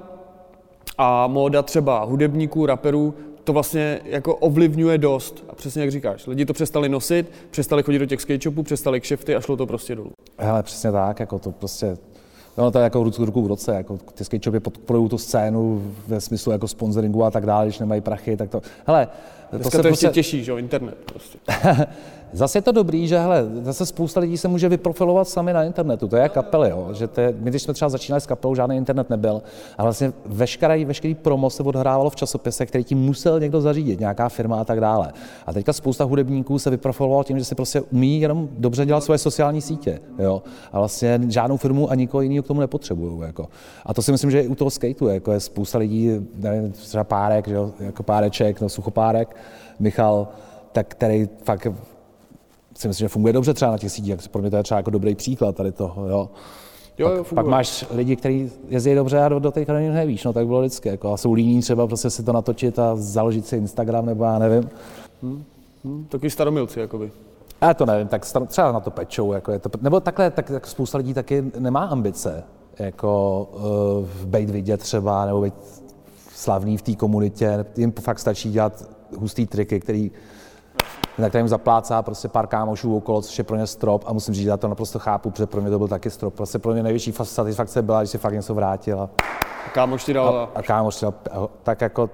a móda třeba hudebníků, rapperů, to vlastně jako ovlivňuje dost. A přesně jak říkáš, lidi to přestali nosit, přestali chodit do těch skate shopů, přestali kšefty a šlo to prostě dolů. Hele, přesně tak, jako to prostě, no to je jako ruku v roce, jako ty skate shopy podporují tu scénu ve smyslu jako sponsoringu a tak dále, když nemají prachy, tak to, hele, Dneska to ještě těžší, že jo, internet prostě. Zase je to dobrý, že hele, zase spousta lidí se může vyprofilovat sami na internetu, to je jak kapely, jo, že my když jsme třeba začínali s kapelou, žádný internet nebyl a vlastně veškerý promo se odhrávalo v časopise, který ti musel někdo zařídit, nějaká firma a tak dále. A teďka spousta hudebníků se vyprofiloval tím, že si prostě umí jenom dobře dělat svoje sociální sítě, jo, a vlastně žádnou firmu a nikoho jiného k tomu nepotřebují, jako. A to si myslím, že i u toho skateu, jako je spousta lidí, nevím, třeba Párek, že jo, jako Páreček, no Suchopárek, Michal, tak který fakt si myslím, že funguje dobře třeba na těch sítích, jak pro mě to je třeba jako dobrý příklad tady toho, jo. Pak máš lidi, kteří jezdí dobře a do teďka nevíš, no tak bylo vždycky, jako, a jsou líní třeba prostě si to natočit a založit si Instagram nebo já nevím. Taky staromilci, jakoby. Já to nevím, tak třeba na to pečou, jako je to, nebo takhle, tak spousta lidí taky nemá ambice, jako bejt vidět třeba, nebo být slavný v té komunitě, jim fakt stačí dělat hustý triky, na kterým zaplácá prostě pár kámošů okolo, což je pro ně strop a musím říct, že já to naprosto chápu, protože pro mě to byl taky strop. Prostě pro mě největší satisfakce byla, když si fakt něco vrátil. A kámoš ti dal. A kámoš ti dal, tak jako,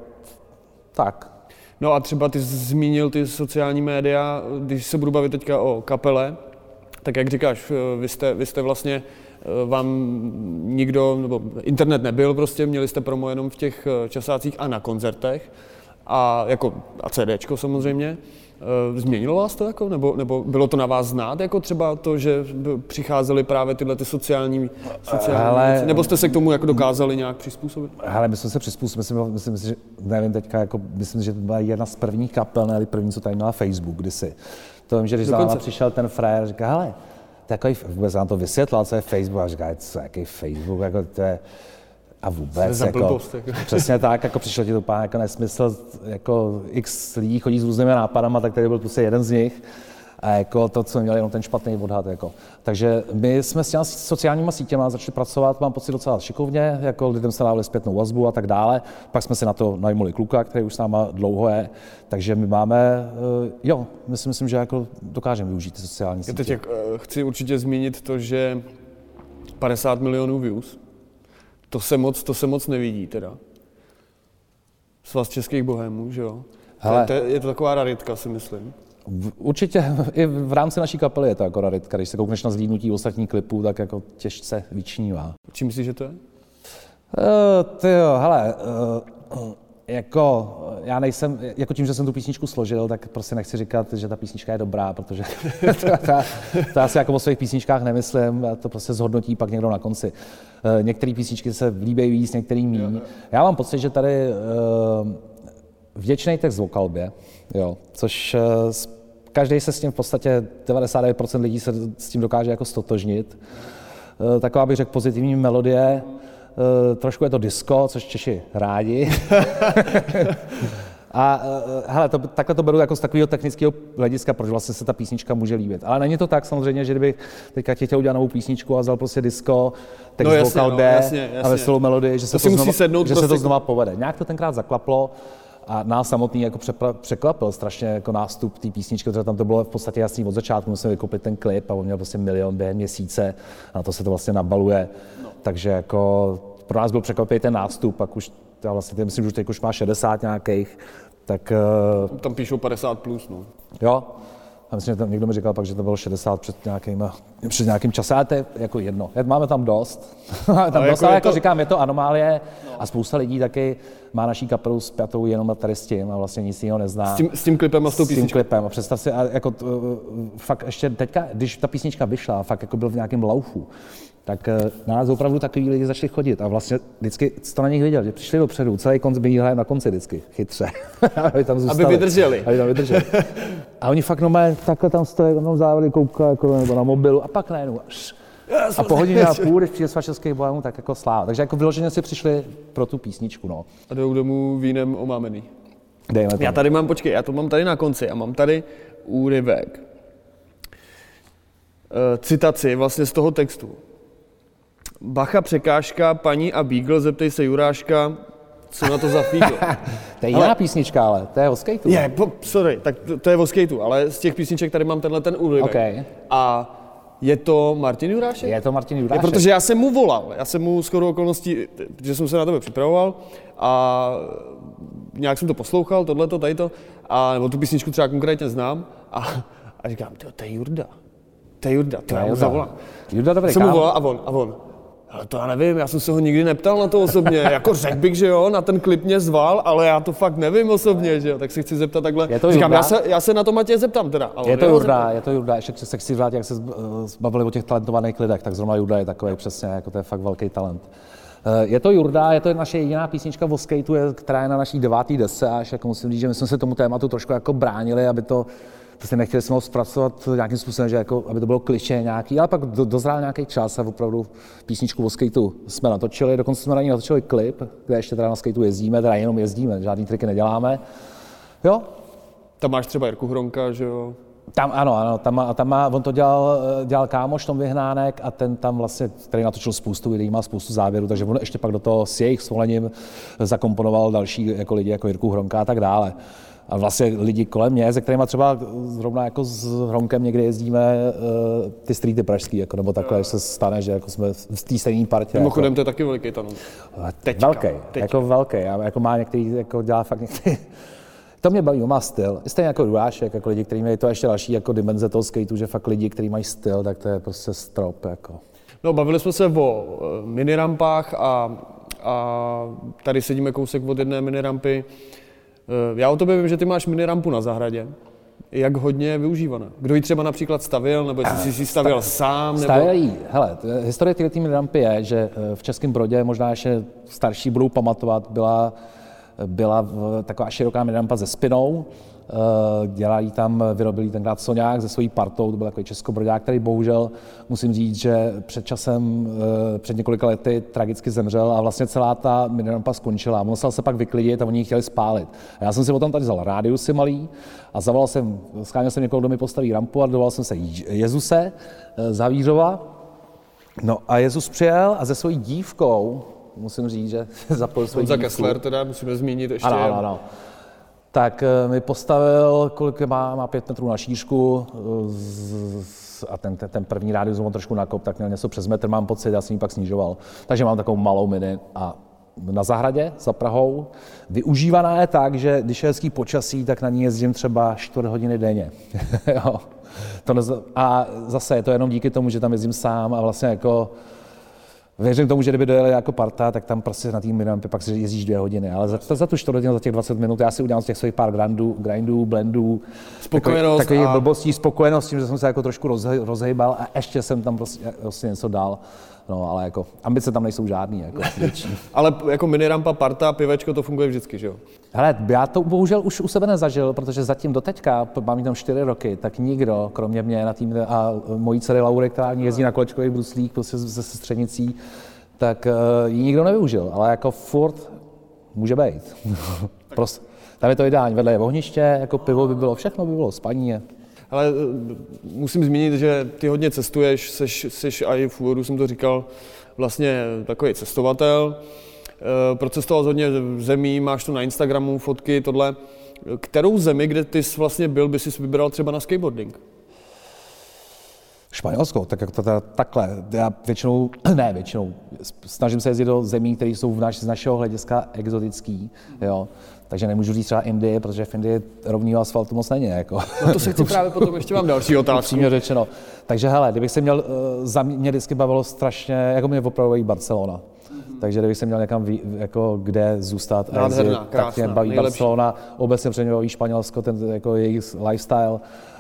tak. No a třeba ty zmínil ty sociální média, když se budu bavit teďka o kapele, tak jak říkáš, vy jste vlastně, vám nikdo, nebo internet nebyl prostě, měli jste promo jenom v těch časácích a na koncertech a CDčko samozřejmě. Změnilo vás to jako, nebo bylo to na vás znát, jako třeba to, že přicházely právě tyhle ty sociální věci, nebo jste se k tomu jako dokázali nějak přizpůsobit? Hele, my jsme se přizpůsobili, myslím si, že nevím teďka, jako, myslím, že to byla jedna z prvních kapel, ne první, co tady měla Facebook kdysi. To vím, že když za náma přišel ten frajer, říká, hele, takový, vůbec nám to vysvětlil, co je Facebook, a říká, co jaký Facebook, jako to je. A vůbec, jako, přesně tak, jako přišel ti to pán jako nesmysl, jako x lidí chodí s různými nápadama, tak tady byl prostě jeden z nich a jako to, co měli jenom ten špatný odhad, jako. Takže my jsme s těmi sociálníma sítěma začali pracovat, mám pocit docela šikovně, jako lidem se dávali zpětnou vazbu a tak dále, pak jsme si na to najmuli kluka, který už s náma dlouho je, takže my máme, my si myslím, že jako dokážeme využít ty sociální sítě. Teď chci určitě zmínit to, že 50 milionů views, to se moc nevidí teda. Svaz českých bohémů, že jo? Je to taková raritka, si myslím. Určitě i v rámci naší kapely je to jako raritka. Když se koukneš na zhlídnutí ostatních klipů, tak jako těžce vyčnívá. Čím myslíš, že to je? Jako já nejsem, jako tím, že jsem tu písničku složil, tak prostě nechci říkat, že ta písnička je dobrá, protože to já si jako o svých písničkách nemyslím, a to prostě zhodnotí pak někdo na konci. Některé písničky se líbí víc, některý míň. Já mám pocit, že tady vděčný text v vokalbě, jo, což každý se s tím v podstatě 99% lidí se s tím dokáže jako stotožnit. Taková bych řekl pozitivní melodie. Trošku je to disco, což Češi rádi. A hele, takhle to beru jako z takového technického hlediska, proč vlastně se ta písnička může líbit. Ale není to tak samozřejmě, že kdybych teďka chtěl udělat novou písničku a vzal prostě disco, text vokalbě a veselou melodii, že se to znova povede. Nějak to tenkrát zaklaplo a nás samotný jako překvapil strašně jako nástup té písničky, protože tam to bylo v podstatě jasný od začátku, musíme vykoupit ten klip a on měl prostě 1 milion během měsíce a na to se to vlastně nabaluje. Takže jako pro nás byl překvapivý ten nástup, pak už, já vlastně myslím, že teď už má 60 nějakých, tak... Tam píšou 50 plus, no. Jo, a myslím, že tam někdo mi říkal pak, že to bylo 60 před nějakým časem, ale to je jako jedno. Máme tam dost, ale jako říkám, je to anomálie a spousta lidí taky má naší kapelu spjatou jenom tady s tím a vlastně nic jiného nezná. S tím klipem a s tou písničkou. S tím klipem a představ si, jako fakt ještě teďka, když ta písnička vyšla, fakt jako byl v nějakém laufu, tak na nás opravdu takový lidi začali chodit a vlastně vždycky to na nich viděl, že přišli dopředu, celý koncert byli na konci vždycky, chytře, aby tam zůstali. Aby vydrželi. A oni fakt takhle tam stojí, tam závody koukají jako, nebo na mobilu a pak najednou a po hodině a půl, když přijde Svaz českých bohémů, tak jako sláva. Takže jako vyloženě si přišli pro tu písničku, no. A jdou domů vínem omámený. Dejme to. Já tady mám, počkej, já to mám tady na konci a mám tady úryvek. Citaci vlastně z toho textu. Bacha, překážka, paní a Beagle, zeptej se Juráška, co na to za fígl. To je jiná písnička, ale to je o skateu. Sorry, tak to je o skateu, ale z těch písniček tady mám tenhle ten úryvek. Okay. A je to Martin Jurášek? Je to Martin Jurášek. Protože já jsem mu volal, shodou okolností, že jsem se na tebe připravoval a nějak jsem to poslouchal, tohleto, tadyto, a nebo tu písničku třeba konkrétně znám a říkám, to je Jurda. To je Jurda, to já mu zavolám. Jurda dobrý jsem mu volal a on. Ale to já nevím, já jsem se ho nikdy neptal na to osobně, jako řekl bych, že jo, na ten klip mě zval, ale já to fakt nevím osobně, že jo, tak si chci zeptat takhle. Říkám, já se na to Matěje zeptám teda. Je to Jurda, ještě se chci vrátit, jak se bavili o těch talentovaných lidech, tak zrovna Jurda je takový přesně, jako to je fakt velký talent. Je to Jurda, je to naše jediná písnička o skateu, která je na naší 9. desce, až jako musím říct, že my jsme se tomu tématu trošku jako bránili, aby to prostě nechtěli jsme ho zpracovat nějakým způsobem, že jako, aby to bylo klišé nějaký, ale pak dozrál nějaký čas a opravdu písničku o skateu jsme natočili, dokonce jsme na ní natočili klip, kde ještě teda na skateu jezdíme, teda jenom jezdíme, žádný triky neděláme. Jo. Tam máš třeba Jirku Hronka, že jo? Tam ano, on to dělal kámoš Tom Vyhnánek a ten tam vlastně, který natočil spoustu videí, má spoustu záběrů, takže on ještě pak do toho s jejich svolením zakomponoval další jako lidi jako Jirku Hronka a tak dále. A vlastně lidi kolem mě, se kterými třeba zrovna jako s Hronkem někdy jezdíme ty streety pražský, jako, nebo takhle, že se stane, že jako jsme v té stejné partě. Mimochodem to je taky veliký talent. Velký, jako má některý, jako dělá fakt některý. To mě baví, má styl. Stejně jako Duášek, jako lidi, kteří mají to ještě další jako dimenze toho skateu, že fakt lidi, kteří mají styl, tak to je prostě strop. Jako. No, bavili jsme se o minirampách a tady sedíme kousek od jedné minirampy. Já o tobě vím, že ty máš minirampu na zahradě. Jak hodně je využívaná? Kdo ji třeba například stavěl, nebo jestli jsi ji stavěl sám? Stavějí. Hele, historie této minirampy je, že v Českém Brodě, možná ještě starší budou pamatovat, byla taková široká minirampa se spinou. Vyrobili tenkrát Soňák se svojí partou, to byl takový českobrodák, který bohužel musím říct, že před několika lety tragicky zemřel a vlastně celá ta minirampa skončila. Musel se pak vyklidit a oni ji chtěli spálit. A já jsem si potom tady vzal rádiusy malý a scháněl jsem někoho, kdo mi postaví rampu a dovolal jsem se Jezuse z Havířova. No a Jezus přijel a se svojí dívkou, musím říct, že zapojil svoji dívku. Honza Kessler teda musíme zmínit ještě. Ano. Tak mi postavil, kolik má 5 metrů na šířku a ten první rádius on trošku nakop, tak měl něco přes metr, mám pocit, já jsem ji pak snižoval. Takže mám takovou malou mini a na zahradě za Prahou. Využívaná je tak, že když je hezký počasí, tak na ní jezdím třeba 4 hodiny denně. Jo. A zase je to jenom díky tomu, že tam jezdím sám a vlastně jako věřím tomu, že kdyby dojeli jako parta, tak tam prostě na té minirampě pak si jezdíš 2 hodiny, ale za tu 4 hodiny, za těch 20 minut já si udělám z těch svých pár grindů, blendů, takových blbostí, spokojenost s tím, že jsem se jako trošku rozhejbal a ještě jsem tam prostě něco dal. No, ale jako ambice tam nejsou žádný, jako větší. Ale jako minirampa, parta, pivečko, to funguje vždycky, že jo? Hele, já to bohužel už u sebe nezažil, protože zatím doteďka, mám tam 4 roky, tak nikdo, kromě mě na tým a mojí dcery Laury, která jezdí na kolečkových bruslích prostě se sestřenicí, tak ji nikdo nevyužil, ale jako furt může být. Prostě, tam je to ideální, vedle je ohniště, jako pivo by bylo, všechno by bylo, spaní. Ale musím zmínit, že ty hodně cestuješ, seš a i v úvodu jsem to říkal, vlastně takový cestovatel. Procestoval hodně zemí, máš to na Instagramu, fotky, tohle. Kterou zemi, kde ty jsi vlastně byl, by si vybral třeba na skateboarding? Španělsko, tak jako takhle. Já většinou, snažím se jezdit do zemí, které jsou z našeho hlediska exotický, jo. Takže nemůžu říct třeba Indii, protože v Indii rovného asfaltu moc není. Jako. No to se chci právě potom, ještě mám další otázku. Řečeno. Takže hele, kdybych se měl, mě vždycky bavilo strašně, jako mě opravdu i Barcelona. Takže kdybych se měl někam jako kde zůstat a jezdit, tak mě baví nejlepší. Barcelona, obecně před mě baví Španělsko, ten jako jejich lifestyle.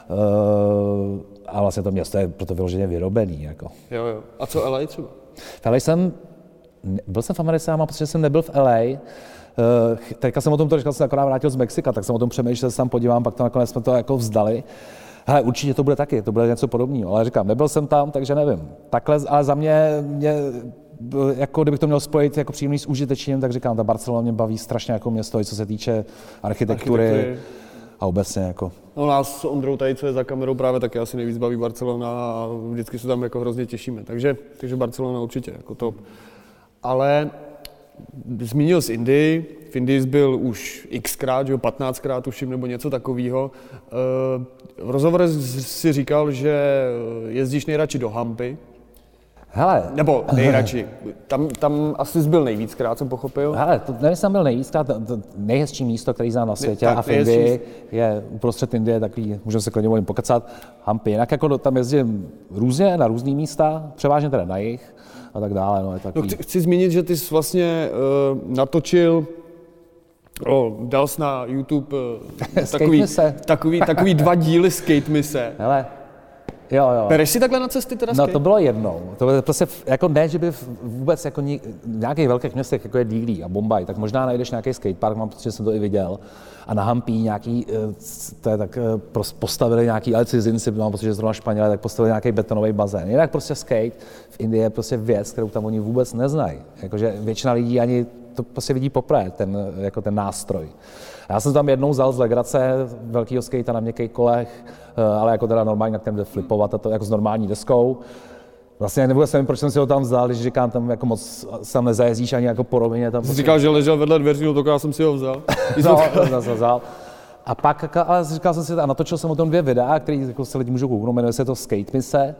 A vlastně to město je proto vyloženě vyrobený. Jako. Jo. A co LA třeba? V LA byl jsem v Americe a mám pocit, že jsem nebyl v LA. Teďka jsem o tom to říkal, jsem akorát vrátil z Mexika, tak jsem o tom přemýšlel, že se tam podívám, pak to nakonec jsme to jako vzdali. Hele, určitě to bude taky, to bude něco podobného, ale říkám, nebyl jsem tam, takže nevím. Takhle, ale za mě jako kdybych to měl spojit jako příjemný s užitečným, tak říkám, ta Barcelona mě baví strašně jako město, co se týče architektury. A obecně jako. No nás s Ondrou tady, co je za kamerou, právě taky asi nejvíc baví Barcelona a vždycky se tam jako hrozně těšíme. Takže Barcelona určitě jako top. Ale zmínil jsi Indii, v Indii jsi byl už xkrát, 15krát tuším, nebo něco takového. V rozhovoru jsi říkal, že jezdíš nejradši do Hampy. Hele. Nebo nejradši. Tam asi zbyl nejvíckrát, jsem pochopil. Hele, to nevím, jsem byl nejvíckrát, to nejhezčí místo, který znám na světě a v Indii je uprostřed Indie takový, můžeme se klidně o něm pokecat, Hampi. Jinak jako tam jezdím různě na různý místa, převážně teda na jih a tak dále. No, je takový... chci zmínit, že ty jsi vlastně natočil, dal jsi na YouTube takový 2 díly skate mise. Hele. Jo. Pereš si takhle na cesty teda skate? No to bylo jednou. To bylo prostě jako ne, že by vůbec jako v nějakých velkých městech, jako je Dili a Bombaj, tak možná najdeš nějaký skatepark, mám pocit, že jsem to i viděl. A na Hampi nějaký, to je tak postavili nějaký, ale cizinci, mám pocit, že zrovna Španělé, tak postavili nějaký betonový bazén. Jinak prostě skate v Indii je prostě věc, kterou tam oni vůbec neznají. Jakože většina lidí ani to prostě vidí poprvé, ten nástroj. Já jsem tam jednou vzal z legrace velkýho skejta na měkkých kolech, ale jako teda normálně, na kterém jde flipovat, a to jako s normální deskou. Vlastně nevůbec nevím, proč jsem si ho tam vzal, když říkám, tam jako moc tam nezajezdíš ani jako po rovině. Tam jsi říkal, že ležel vedle dveří, no tak já jsem si ho vzal. vzal. A pak, ale říkal jsem si, a natočil jsem o tom 2 videa, které jako se lidi můžou kouknout, jmenuje se to Skate mise.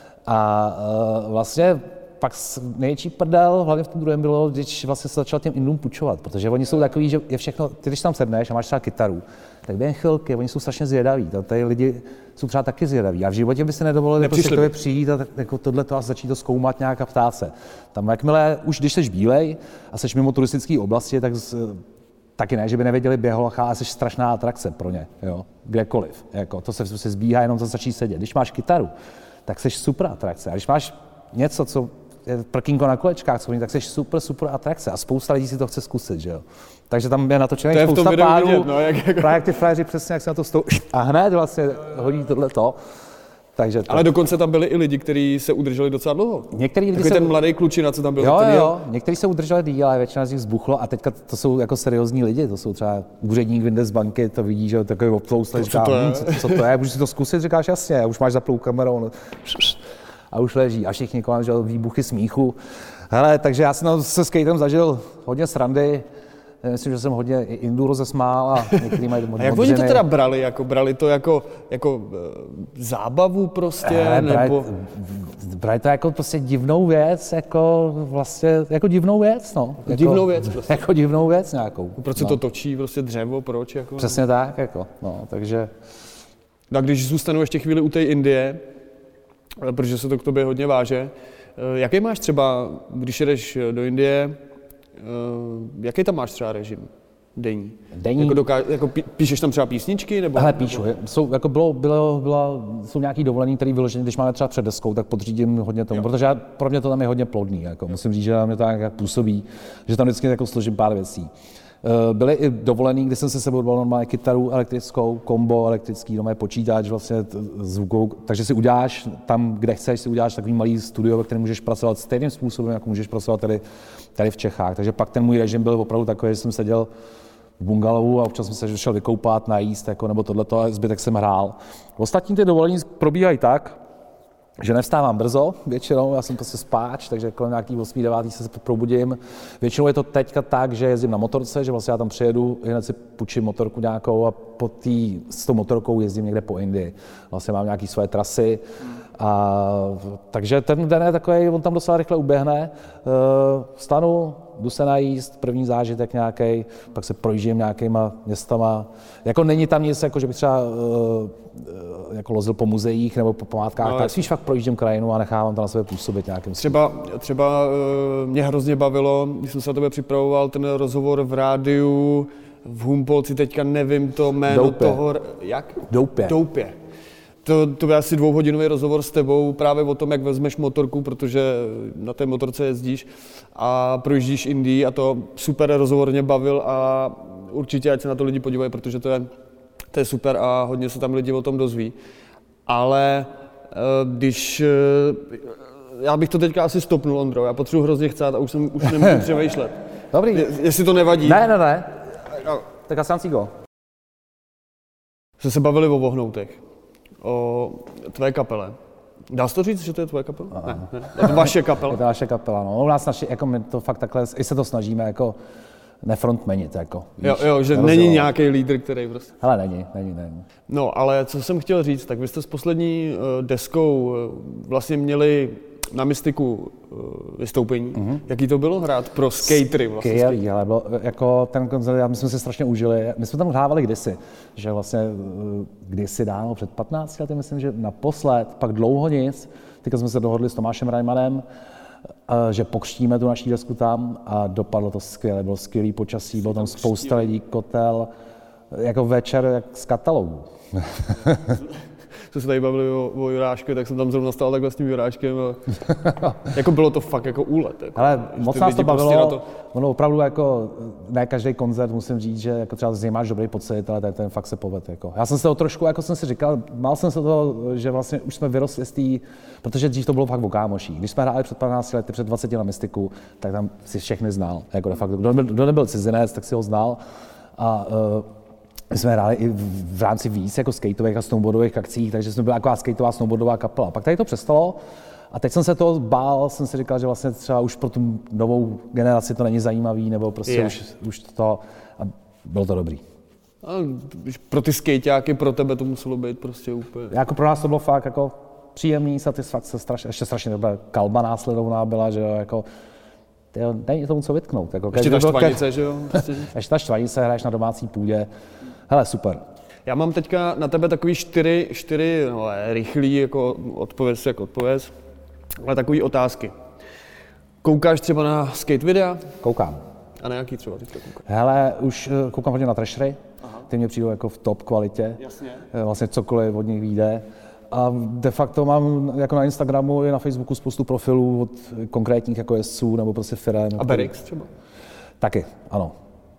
A vlastně pak největší prdel, hlavně v tom druhém bylo, když vlastně se začal těm Indům půjčovat, protože oni jsou takový, že je všechno, ty když tam sedneš a máš třeba kytaru, tak během chvilky, oni jsou strašně zvědaví, tady lidi jsou třeba taky zvědaví a v životě by si nedovolili prostě k tobě přijít a jako tohleto a začít to zkoumat nějak a ptát se. Tam jakmile, už když jsi bílej a jsi mimo turistické oblasti, tak taky ne, že by nevěděli běholocha, ale jsi strašná atrakce pro ně, jo, kdekoliv, jako to se zbíhá, jenom to začít sedět. Když máš kytaru, tak jsi super atrakce a když máš něco, co prkínko na kolečkách, tak jsi super atrakce a spousta lidí si to chce zkusit, že jo. Takže tam je natočený spousta párů, vidět, no, právě jak ty frajeři přesně, jak se na to a hned vlastně hodí tohleto. Takže to. Ale dokonce tam byli i lidi, kteří se udrželi docela dlouho. Některý lidi ten mladý klučina, co tam byl. Jo, někteří se udrželi díl, ale většina z nich zbuchlo a teďka to jsou jako seriózní lidi, to jsou třeba úředník vyjde z banky, to vidí, že takový obtloustlý, říká, co to je, můžeš si to zkusit, říkáš jasně, a už máš zaplou kamerou. No. A už leží a všichni kolem, že výbuchy smíchu. Hele, takže já jsem se skatem zažil hodně srandy. Myslím, že jsem hodně Indů rozesmál a některý mají hodně. A jak oni to teda brali? Brali to jako zábavu prostě? Brali to jako prostě divnou věc, jako divnou věc, no. Divnou věc prostě. Jako divnou věc nějakou. Proč se to točí, prostě dřevo, proč? Jako, přesně tak, jako, no, takže. No a když zůstanu ještě chvíli u té Indie, protože se to k tobě hodně váže. Jaký máš třeba, když jedeš do Indie, jaký tam máš třeba režim denní? Jako píšeš tam třeba písničky? Nebo? Hele, píšu. Jsou, jako jsou nějaký dovolený, který vyložený, když máme třeba před deskou, tak podřídím hodně tomu, protože pro mě to tam je hodně plodný. Jako. Musím říct, že na mě to nějak působí, že tam vždycky jako složím pár věcí. Byly i dovolený, kdy jsem se sebou dal normálně kytaru elektrickou, kombo elektrický, doma je počítač vlastně zvukovou, takže si uděláš tam, kde chceš, si uděláš takový malý studio, ve kterém můžeš pracovat stejným způsobem, jako můžeš pracovat tady v Čechách. Takže pak ten můj režim byl opravdu takový, že jsem seděl v bungalovu a občas jsem se šel vykoupat, najíst, jako, nebo tohleto, a zbytek jsem hrál. Ostatní ty dovolení probíhají tak, že nevstávám brzo většinou, já jsem prostě spáč, takže kolem nějaký 8, 9 se probudím. Většinou je to teďka tak, že jezdím na motorce, že vlastně já tam přijedu, hned si půjčím motorku nějakou a s tou motorkou jezdím někde po Indii. Vlastně mám nějaké svoje trasy. Takže ten den je takový, on tam docela rychle uběhne. Vstanu, jdu se najíst, první zážitek nějaký, pak se projíždím nějakýma městama. Jako není tam nic, jako že bych třeba jako lozil po muzeích nebo po památkách, no, tak spíš fakt projíždím krajinu a nechávám tam na sebe působit nějakým Třeba mě hrozně bavilo, když jsem se na tebe připravoval, ten rozhovor v rádiu v Humpolci, teďka nevím to jméno Doupě. Toho... Jak? Doupě. To je asi 2hodinový rozhovor s tebou právě o tom, jak vezmeš motorku, protože na té motorce jezdíš a projíždíš Indii a to super rozhovor mě bavil a určitě ať se na to lidi podívají, protože to je super a hodně se tam lidi o tom dozví. Ale když... Já bych to teďka asi stopnul, Ondro, já potřebuji hrozně chcát a už nemůžu přemýšlet. Dobrý. Jestli to nevadí. Ne. Tak Asantiago. Jsme se bavili o Vohnoutech, o tvé kapele. Dá se to říct, že to je tvoje kapela? Ne. Je to vaše kapela? Je to naše kapela, no. U nás jako my to fakt takhle, i se to snažíme jako nefrontmenit, jako. Víš, jo, že není nějaký lídr, který prostě... Hele, není. No, ale co jsem chtěl říct, tak vy jste s poslední deskou vlastně měli na Mystiku vystoupení. Jaký to bylo hrát pro skatery vlastně? Skvělý, ale bylo, jako ten koncert, my jsme si strašně užili. My jsme tam hrávali kdysi, že vlastně kdysi dávno, před 15 lety, myslím, že naposled, pak dlouho nic. Teďka jsme se dohodli s Tomášem Reimanem, že pokřtíme tu naší desku tam a dopadlo to skvěle. Bylo skvělý počasí, bylo tam spousta lidí, kotel, jako večer jak z katalogu. Co se tady bavili o Juráškovi, tak jsem tam zrovna stál takhle s tím Juráškem a jako bylo to fakt jako úlet. Jako, ale moc nás to bavilo, prostě ono opravdu jako, ne každý koncert musím říct, že jako třeba z něj máš dobrý pocit, ale ten fakt se povede. Jako. Já jsem se to trošku, jako jsem si říkal, mal jsem se toho, že vlastně už jsme vyrostli z té, protože dřív to bylo fakt o kámoších. Když jsme hráli před 15 lety, před 20 na Mystiku, tak tam si všechny znal. Jako de facto, kdo nebyl cizinec, tak si ho znal. A my jsme hráli i v rámci víc jako skateových a snowboardových akcích, takže jsme byli jako skateová snowboardová kapela. Pak tady to přestalo a teď jsem se toho bál, jsem si říkal, že vlastně třeba už pro tu novou generaci to není zajímavý, nebo prostě už to a bylo to dobrý. A pro ty skejťáky, pro tebe to muselo být prostě úplně. Jako pro nás to bylo fakt jako příjemný, satisfakce, ještě strašně dobrá kalba následovná byla, že jo, jako není tomu co vytknout. Jako, ještě ta štvanice, že jo? Ještě ta štvanice, hraješ na domácí půdě. Hele, super. Já mám teďka na tebe takový čtyři rychlý, jako odpověz, ale takový otázky. Koukáš třeba na skate videa? Koukám. A na jaký třeba teďka koukáš? Hele, už koukám hodně na trashery. Ty mě přijdou jako v top kvalitě. Jasně. Vlastně cokoliv od nich vyjde. A de facto mám jako na Instagramu i na Facebooku spoustu profilů od konkrétních jako jezdců nebo prostě firem. A Berix třeba? Taky, ano.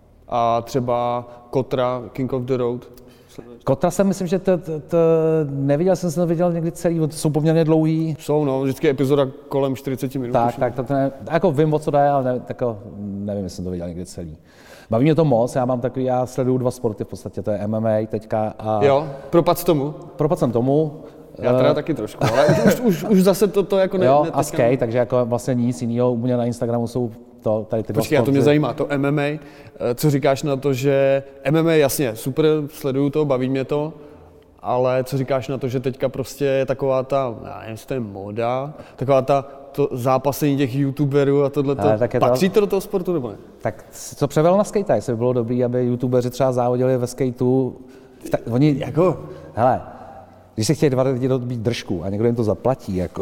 A třeba Kotra, King of the Road? Kotra jsem myslím, že neviděl jsem to viděl někdy celý, to jsou poměrně dlouhý. Jsou, no, vždycky epizoda kolem 40 minut. Tak, to jako vím, o co jde, ale nevím, jestli jsem to viděl někdy celý. Baví mě to moc, já sleduju 2 sporty v podstatě, to je MMA teďka a... Jo, propad jsem tomu. Já teda taky trošku, ale už zase to jako ne... Jo, a skate, takže jako vlastně nic jiného, u mě na Instagramu jsou tady ty 2 sporty. To mě zajímá, to MMA, co říkáš na to, že MMA, jasně, super, sleduju to, baví mě to, ale co říkáš na to, že teďka prostě je taková ta, já nevím, jestli to je móda, taková to zápasení těch youtuberů a tohleto, patří to do toho sportu nebo ne? Tak co převel na skate, jestli by bylo dobrý, aby youtubeři třeba závodili ve skateu, oni jako, hele, když se chtějí 2 lidi dobít držku a někdo jim to zaplatí, jako,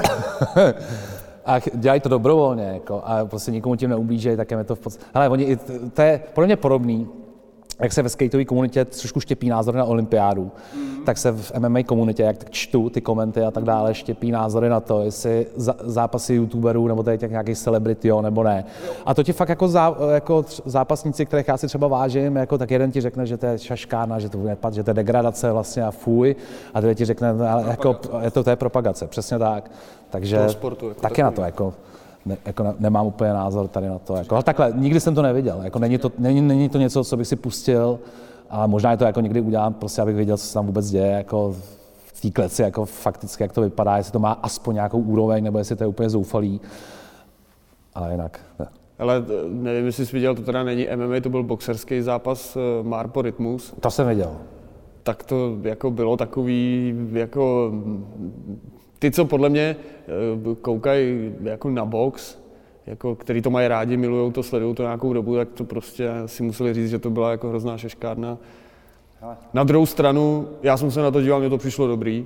a dělají to dobrovolně, jako, a prostě nikomu tím neublížejí, tak je to v podstatě, hele, to je podle mě podobný, jak se ve skateové komunitě trošku štěpí názory na olympiádu, tak se v MMA komunitě, jak čtu ty komenty a tak dále, štěpí názory na to, jestli zápasy youtuberů nebo tady těch nějakých celebrity, jo, nebo ne. A to ti fakt jako zápasníci, kterých já si třeba vážím, jako tak jeden ti řekne, že to je šaškárna, že to nepad, že to je degradace vlastně a fuj, a druhý ti řekne, jako, to je propagace, přesně tak. Takže sportu, jako taky na to, jako nemám úplně názor tady na to. Jako, ale takhle, nikdy jsem to neviděl. Jako, není to něco, co bych si pustil, ale možná je to jako někdy udělám, prostě abych věděl, co se tam vůbec děje jako v té kleci, jako fakticky, jak to vypadá, jestli to má aspoň nějakou úroveň, nebo jestli to je úplně zoufalý. Ale jinak, ne. Ale nevím, jestli jsi viděl, to teda není MMA, to byl boxerský zápas Marpo Rytmus. To jsem viděl. Tak to jako bylo takový, jako ty, co podle mě koukají jako na box, jako, který to mají rádi, milujou to, sledují to nějakou dobu, tak to prostě si museli říct, že to byla jako hrozná šeškárna. Na druhou stranu, já jsem se na to díval, mně to přišlo dobrý.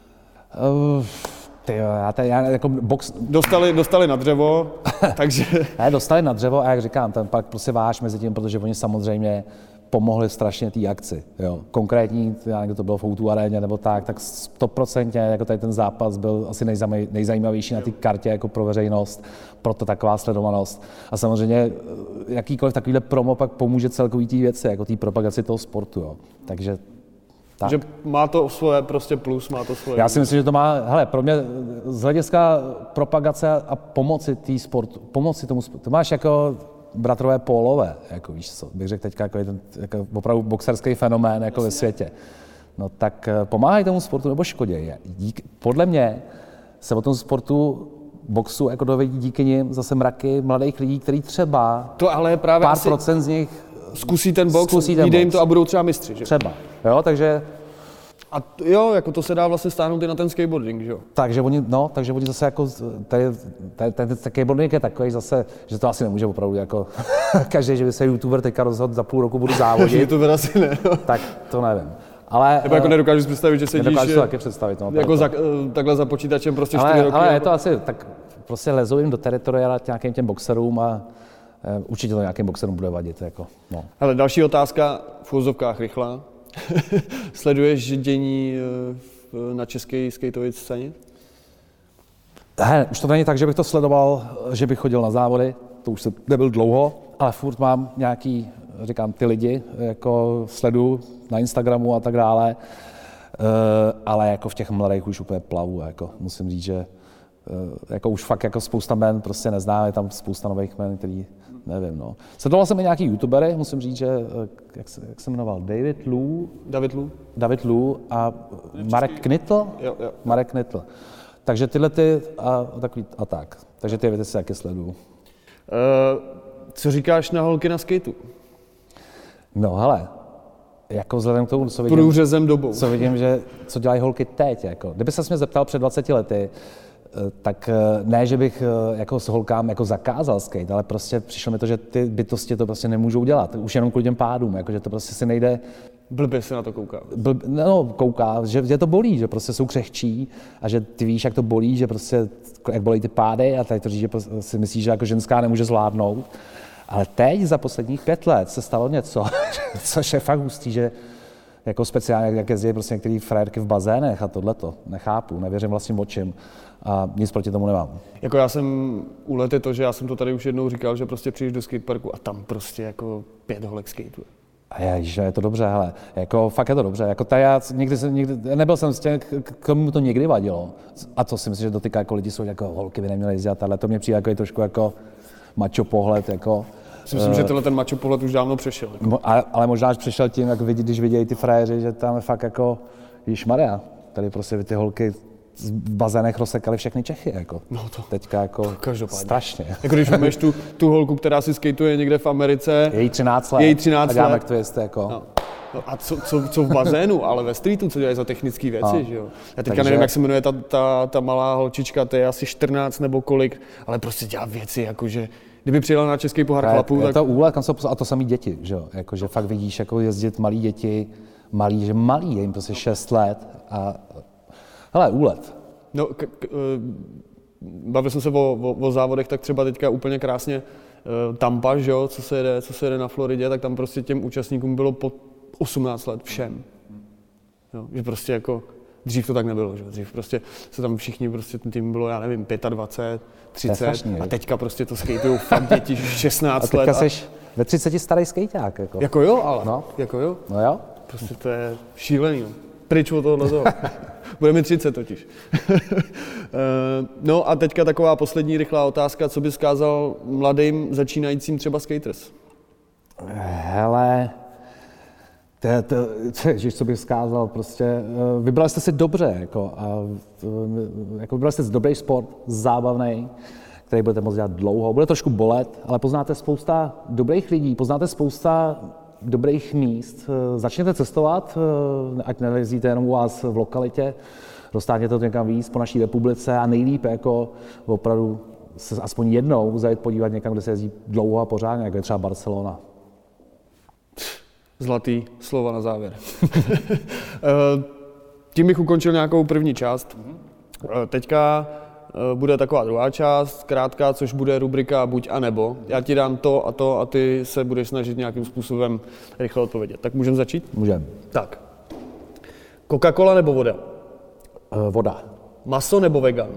Já jako box... Dostali na dřevo, takže... Ne, dostali na dřevo a jak říkám, ten pak prostě váš mezi tím, protože oni samozřejmě pomohli strašně té akci. Jo. Konkrétní, někdo to bylo v O2 aréně nebo tak 100% jako tady ten zápas byl asi nejzajímavější na té kartě jako pro veřejnost, proto taková sledovanost. A samozřejmě jakýkoliv takovýhle promo pak pomůže celkový té věci, jako té propagaci toho sportu. Jo. Takže tak. Že má to svoje prostě plus, má to svoje... Já si myslím, že to má, hele, pro mě z hlediska propagace a pomoci té sportu, pomoci tomu sportu, to máš jako bratrové Pólové, jako víš co, bych řekl teďka jako ten jako opravdu boxerský fenomén jako ve světě. No tak pomáhají tomu sportu nebo škodí. Podle mě se o tom sportu boxu jako dovedí díky nim zase mraky mladých lidí, kteří třeba to ale právě pár procent z nich zkusí ten box, jde jim to a budou třeba mistři, že? Třeba, jo, takže A jo, jako to se dá vlastně stáhnout i na ten skateboarding, že jo? Takže oni zase jako, ten skateboarding je takový zase, že to asi nemůže opravdu jako každý, že by se youtuber teďka rozhodl za půl roku budu závodit. Youtuber asi ne, no. Tak to nevím. Ale, nebo jako nedokážu si představit, že sedíš nedokážu to taky představit, no, jako takhle za počítačem prostě 4 roky. Ale je to asi, tak prostě lezou jim do teritoria nějakým těm boxerům a určitě to nějakým boxerům bude vadit. Jako, no. Hele, další otázka, v úvozovkách rychlá. Sleduješ dění na české skateové scéně? Už to není tak, že bych to sledoval, že bych chodil na závody, to už se nebyl dlouho, ale furt mám nějaký, říkám, ty lidi, jako sleduju na Instagramu a tak dále, ale jako v těch mladých už úplně plavu, jako musím říct, že jako už fakt jako spousta men prostě neznám, je tam spousta nových men, který nevím, no. Sledoval jsem i nějaký youtubery, musím říct, že, jak se jmenoval, David Lu a Marek Knitl? Jo. Marek Knitl. Takže tyhle ty a tak. Takže ty věci si taky sleduju. Co říkáš na holky na skateu? No hele, jako vzhledem k tomu, průřezem dobou. Co vidím, že co dělají holky teď, jako. Kdyby se mě zeptal před 20 lety, tak ne, že bych jako s holkám jako zakázal skate, ale prostě přišlo mi to, že ty bytosti to prostě nemůžou dělat, už jenom kvůli těm pádům, jako, že to prostě si nejde. Blbě se na to kouká. Kouká, že to bolí, že prostě jsou křehčí a že ty víš, jak to bolí, že prostě jak bolí ty pády a tady to říct, že si myslíš, že jako ženská nemůže zvládnout. Ale teď za posledních 5 let se stalo něco, což je fakt hustý, že jako speciálně, jak jezdí prostě některé frérky v bazénech a tohleto, nechápu, nevěřím vlastním očím a nic proti tomu nemám. Jako já jsem u lety to, že já jsem to tady už jednou říkal, že prostě přijdeš do skateparku a tam prostě jako 5 holek skateuje. A je to dobře, hele, jako fakt je to dobře, jako já nikdy nebyl jsem s tím, komu to někdy vadilo a to si myslím, že dotýká jako lidi jsou jako holky by neměly jezdit a tahle, to mě přijde jako trošku jako macho pohled, jako. Myslím, že tenhle ten macho pohled už dávno přešel. Jako. Ale možná, že přešel tím, jak když vidějí ty frajeři, že tam je fakt jako, ježišmarja, tady prostě ty holky v bazénech rozsekaly všechny Čechy, jako. No to. Teďka jako strašně. Jako když máš tu holku, která si skateuje někde v Americe. Její 13 let. A dělám, jak to jste, jako. No. A co v bazénu, ale ve streetu, co dělají za technické věci, že jo? Já teďka nevím, jak se jmenuje ta malá holčička, to je asi 14 nebo kolik, ale prostě dělá věci, jakože kdyby přijela na český pohár chlapů, tak... To úlet, a to samý děti, že jo? Jakože fakt vidíš, jako jezdit malí děti, je jim prostě 6 let a... Hele, úlet. No, bavil jsem se o závodech, tak třeba teďka úplně krásně Tampa, že jo, co se jede na Floridě, tak tam prostě těm účastníkům bylo po 18 let všem. Jo, že prostě jako, dřív to tak nebylo, že? Dřív prostě se tam všichni, prostě ten tým bylo, já nevím, 25, 30 a teďka prostě to skatujou fakt děti 16 let. A teďka seš ve 30 starý skejťák, jako. Jako jo, ale. No. Jako jo. No jo. Prostě to je šílený, no. Pryč od tohohle toho. Bude mi 30 totiž. No a teďka taková poslední rychlá otázka, co bys vzkázal mladým začínajícím třeba skaters? Hele, co bych vzkázal, prostě vybrali jste si dobře, jako vybrali jste si dobrý sport, zábavný, který budete moct dělat dlouho, bude trošku bolet, ale poznáte spousta dobrých lidí, poznáte spousta dobrých míst, začněte cestovat, ať nejezdíte jenom u vás v lokalitě, dostáhněte to někam víc po naší republice a nejlíp jako opravdu se aspoň jednou zajet podívat někam, kde se jezdí dlouho a pořádně, jako je třeba Barcelona. Zlatý slova na závěr. Tím bych ukončil nějakou první část. Teďka bude taková druhá část, krátká, což bude rubrika buď a nebo. Já ti dám to a ty se budeš snažit nějakým způsobem rychle odpovědět. Tak můžeme začít? Můžeme. Tak. Coca-Cola nebo voda? Voda. Maso nebo vegan?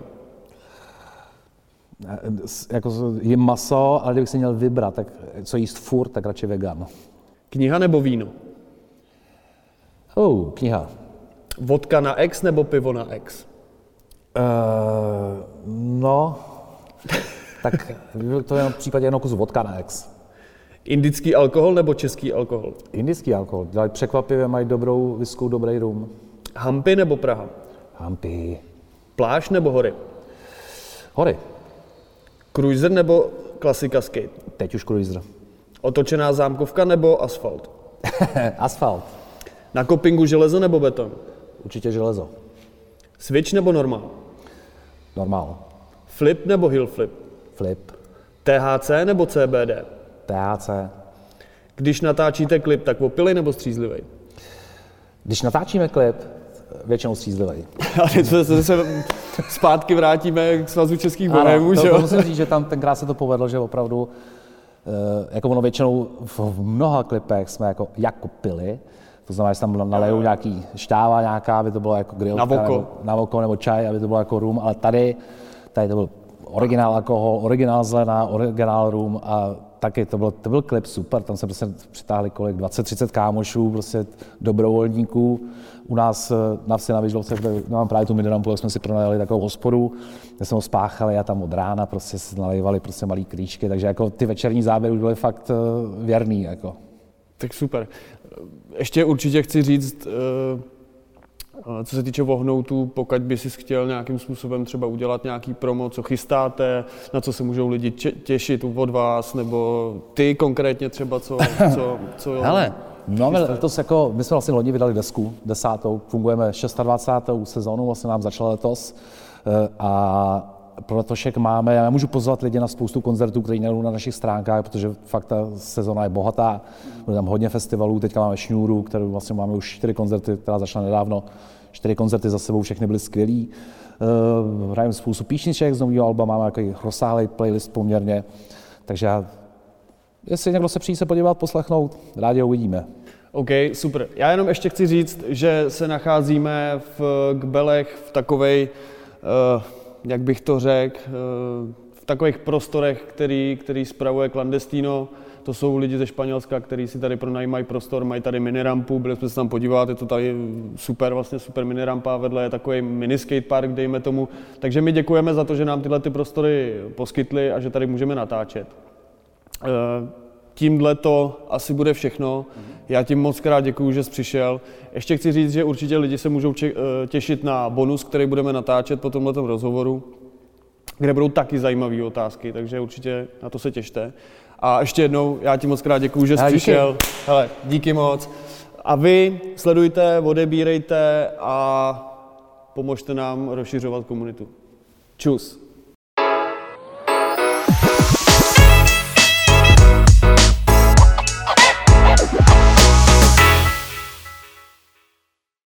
Jako jím maso, ale kdybych si měl vybrat, tak co jíst furt, tak radši vegan. Kniha nebo víno? Kniha. Vodka na ex nebo pivo na ex? No, tak to je v případě jenom kus vodka na ex. Indický alkohol nebo český alkohol? Indický alkohol. Dělají překvapivě, mají dobrou whisky, dobrý rum. Hampy nebo Praha? Hampy. Pláž nebo hory? Hory. Cruiser nebo klasika skate? Teď už cruiser. Otočená zámkovka nebo asfalt? Asfalt. Na kopingu železo nebo beton? Určitě železo. Switch nebo normál? Normál. Flip nebo heel flip? Flip. THC nebo CBD? THC. Když natáčíte klip, tak opilej nebo střízlivej? Když natáčíme klip, většinou střízlivej. A teď se zpátky vrátíme k Svazu českých bohémů, že jo? To musím říct, že tam tenkrát se to povedlo, že opravdu, jako ono většinou v mnoha klipech jsme jako pili, to znamená, že tam nalejou nějaký štáva nějaká, aby to bylo jako grillka, na voko nebo čaj, aby to bylo jako rum, ale tady to byl originál alkohol, originál zelená, originál rum a taky to byl klip super, tam se prostě přitáhli kolik, 20-30 kámošů, prostě dobrovolníků. U nás na vsi na Vyžlovce, kde mám právě tu minirampu, jak jsme si pronajali takovou hospodu, kde jsme ho spáchali a tam od rána prostě se nalejvali prostě malý klíčky, takže jako ty večerní záběry už byly fakt věrný. Jako. Tak super. Ještě určitě chci říct, co se týče vohnoutů, pokud by si chtěl nějakým způsobem třeba udělat nějaký promo, co chystáte, na co se můžou lidi těšit od vás, nebo ty konkrétně třeba, co hele, no, letos jako, my jsme vlastně loni vydali desku, 10. Fungujeme 26. sezónu, vlastně nám začala letos a pro letošek máme, já můžu pozvat lidi na spoustu koncertů, které nejdou na našich stránkách, protože fakt ta sezóna je bohatá, bude tam hodně festivalů, teďka máme Šňůru, kterou vlastně máme už 4 koncerty, která začala nedávno, 4 koncerty za sebou, všechny byly skvělý. Hrajeme spoustu písniček z nového alba, máme takový rozsáhlý playlist poměrně, takže jestli někdo se přijde se podívat, poslechnout, rádi ho uvidíme. OK, super. Já jenom ještě chci říct, že se nacházíme v Kbelech v takovej, jak bych to řekl, v takových prostorech, který spravuje Clandestino. To jsou lidi ze Španělska, kteří si tady pronajímají prostor, mají tady minirampu, byli jsme se tam podívat, je to tady super minirampa, vedle je takový mini skatepark, dejme tomu. Takže my děkujeme za to, že nám tyhle ty prostory poskytli a že tady můžeme natáčet. Tímhle to asi bude všechno. Já ti moc krát děkuju, že jsi přišel. Ještě chci říct, že určitě lidi se můžou těšit na bonus, který budeme natáčet po tomhletom rozhovoru, kde budou taky zajímavé otázky, takže určitě na to se těšte. A ještě jednou, já ti moc krát děkuju, že jsi přišel. Hele, díky moc. A vy sledujte, odebírejte a pomožte nám rozšiřovat komunitu. Čus.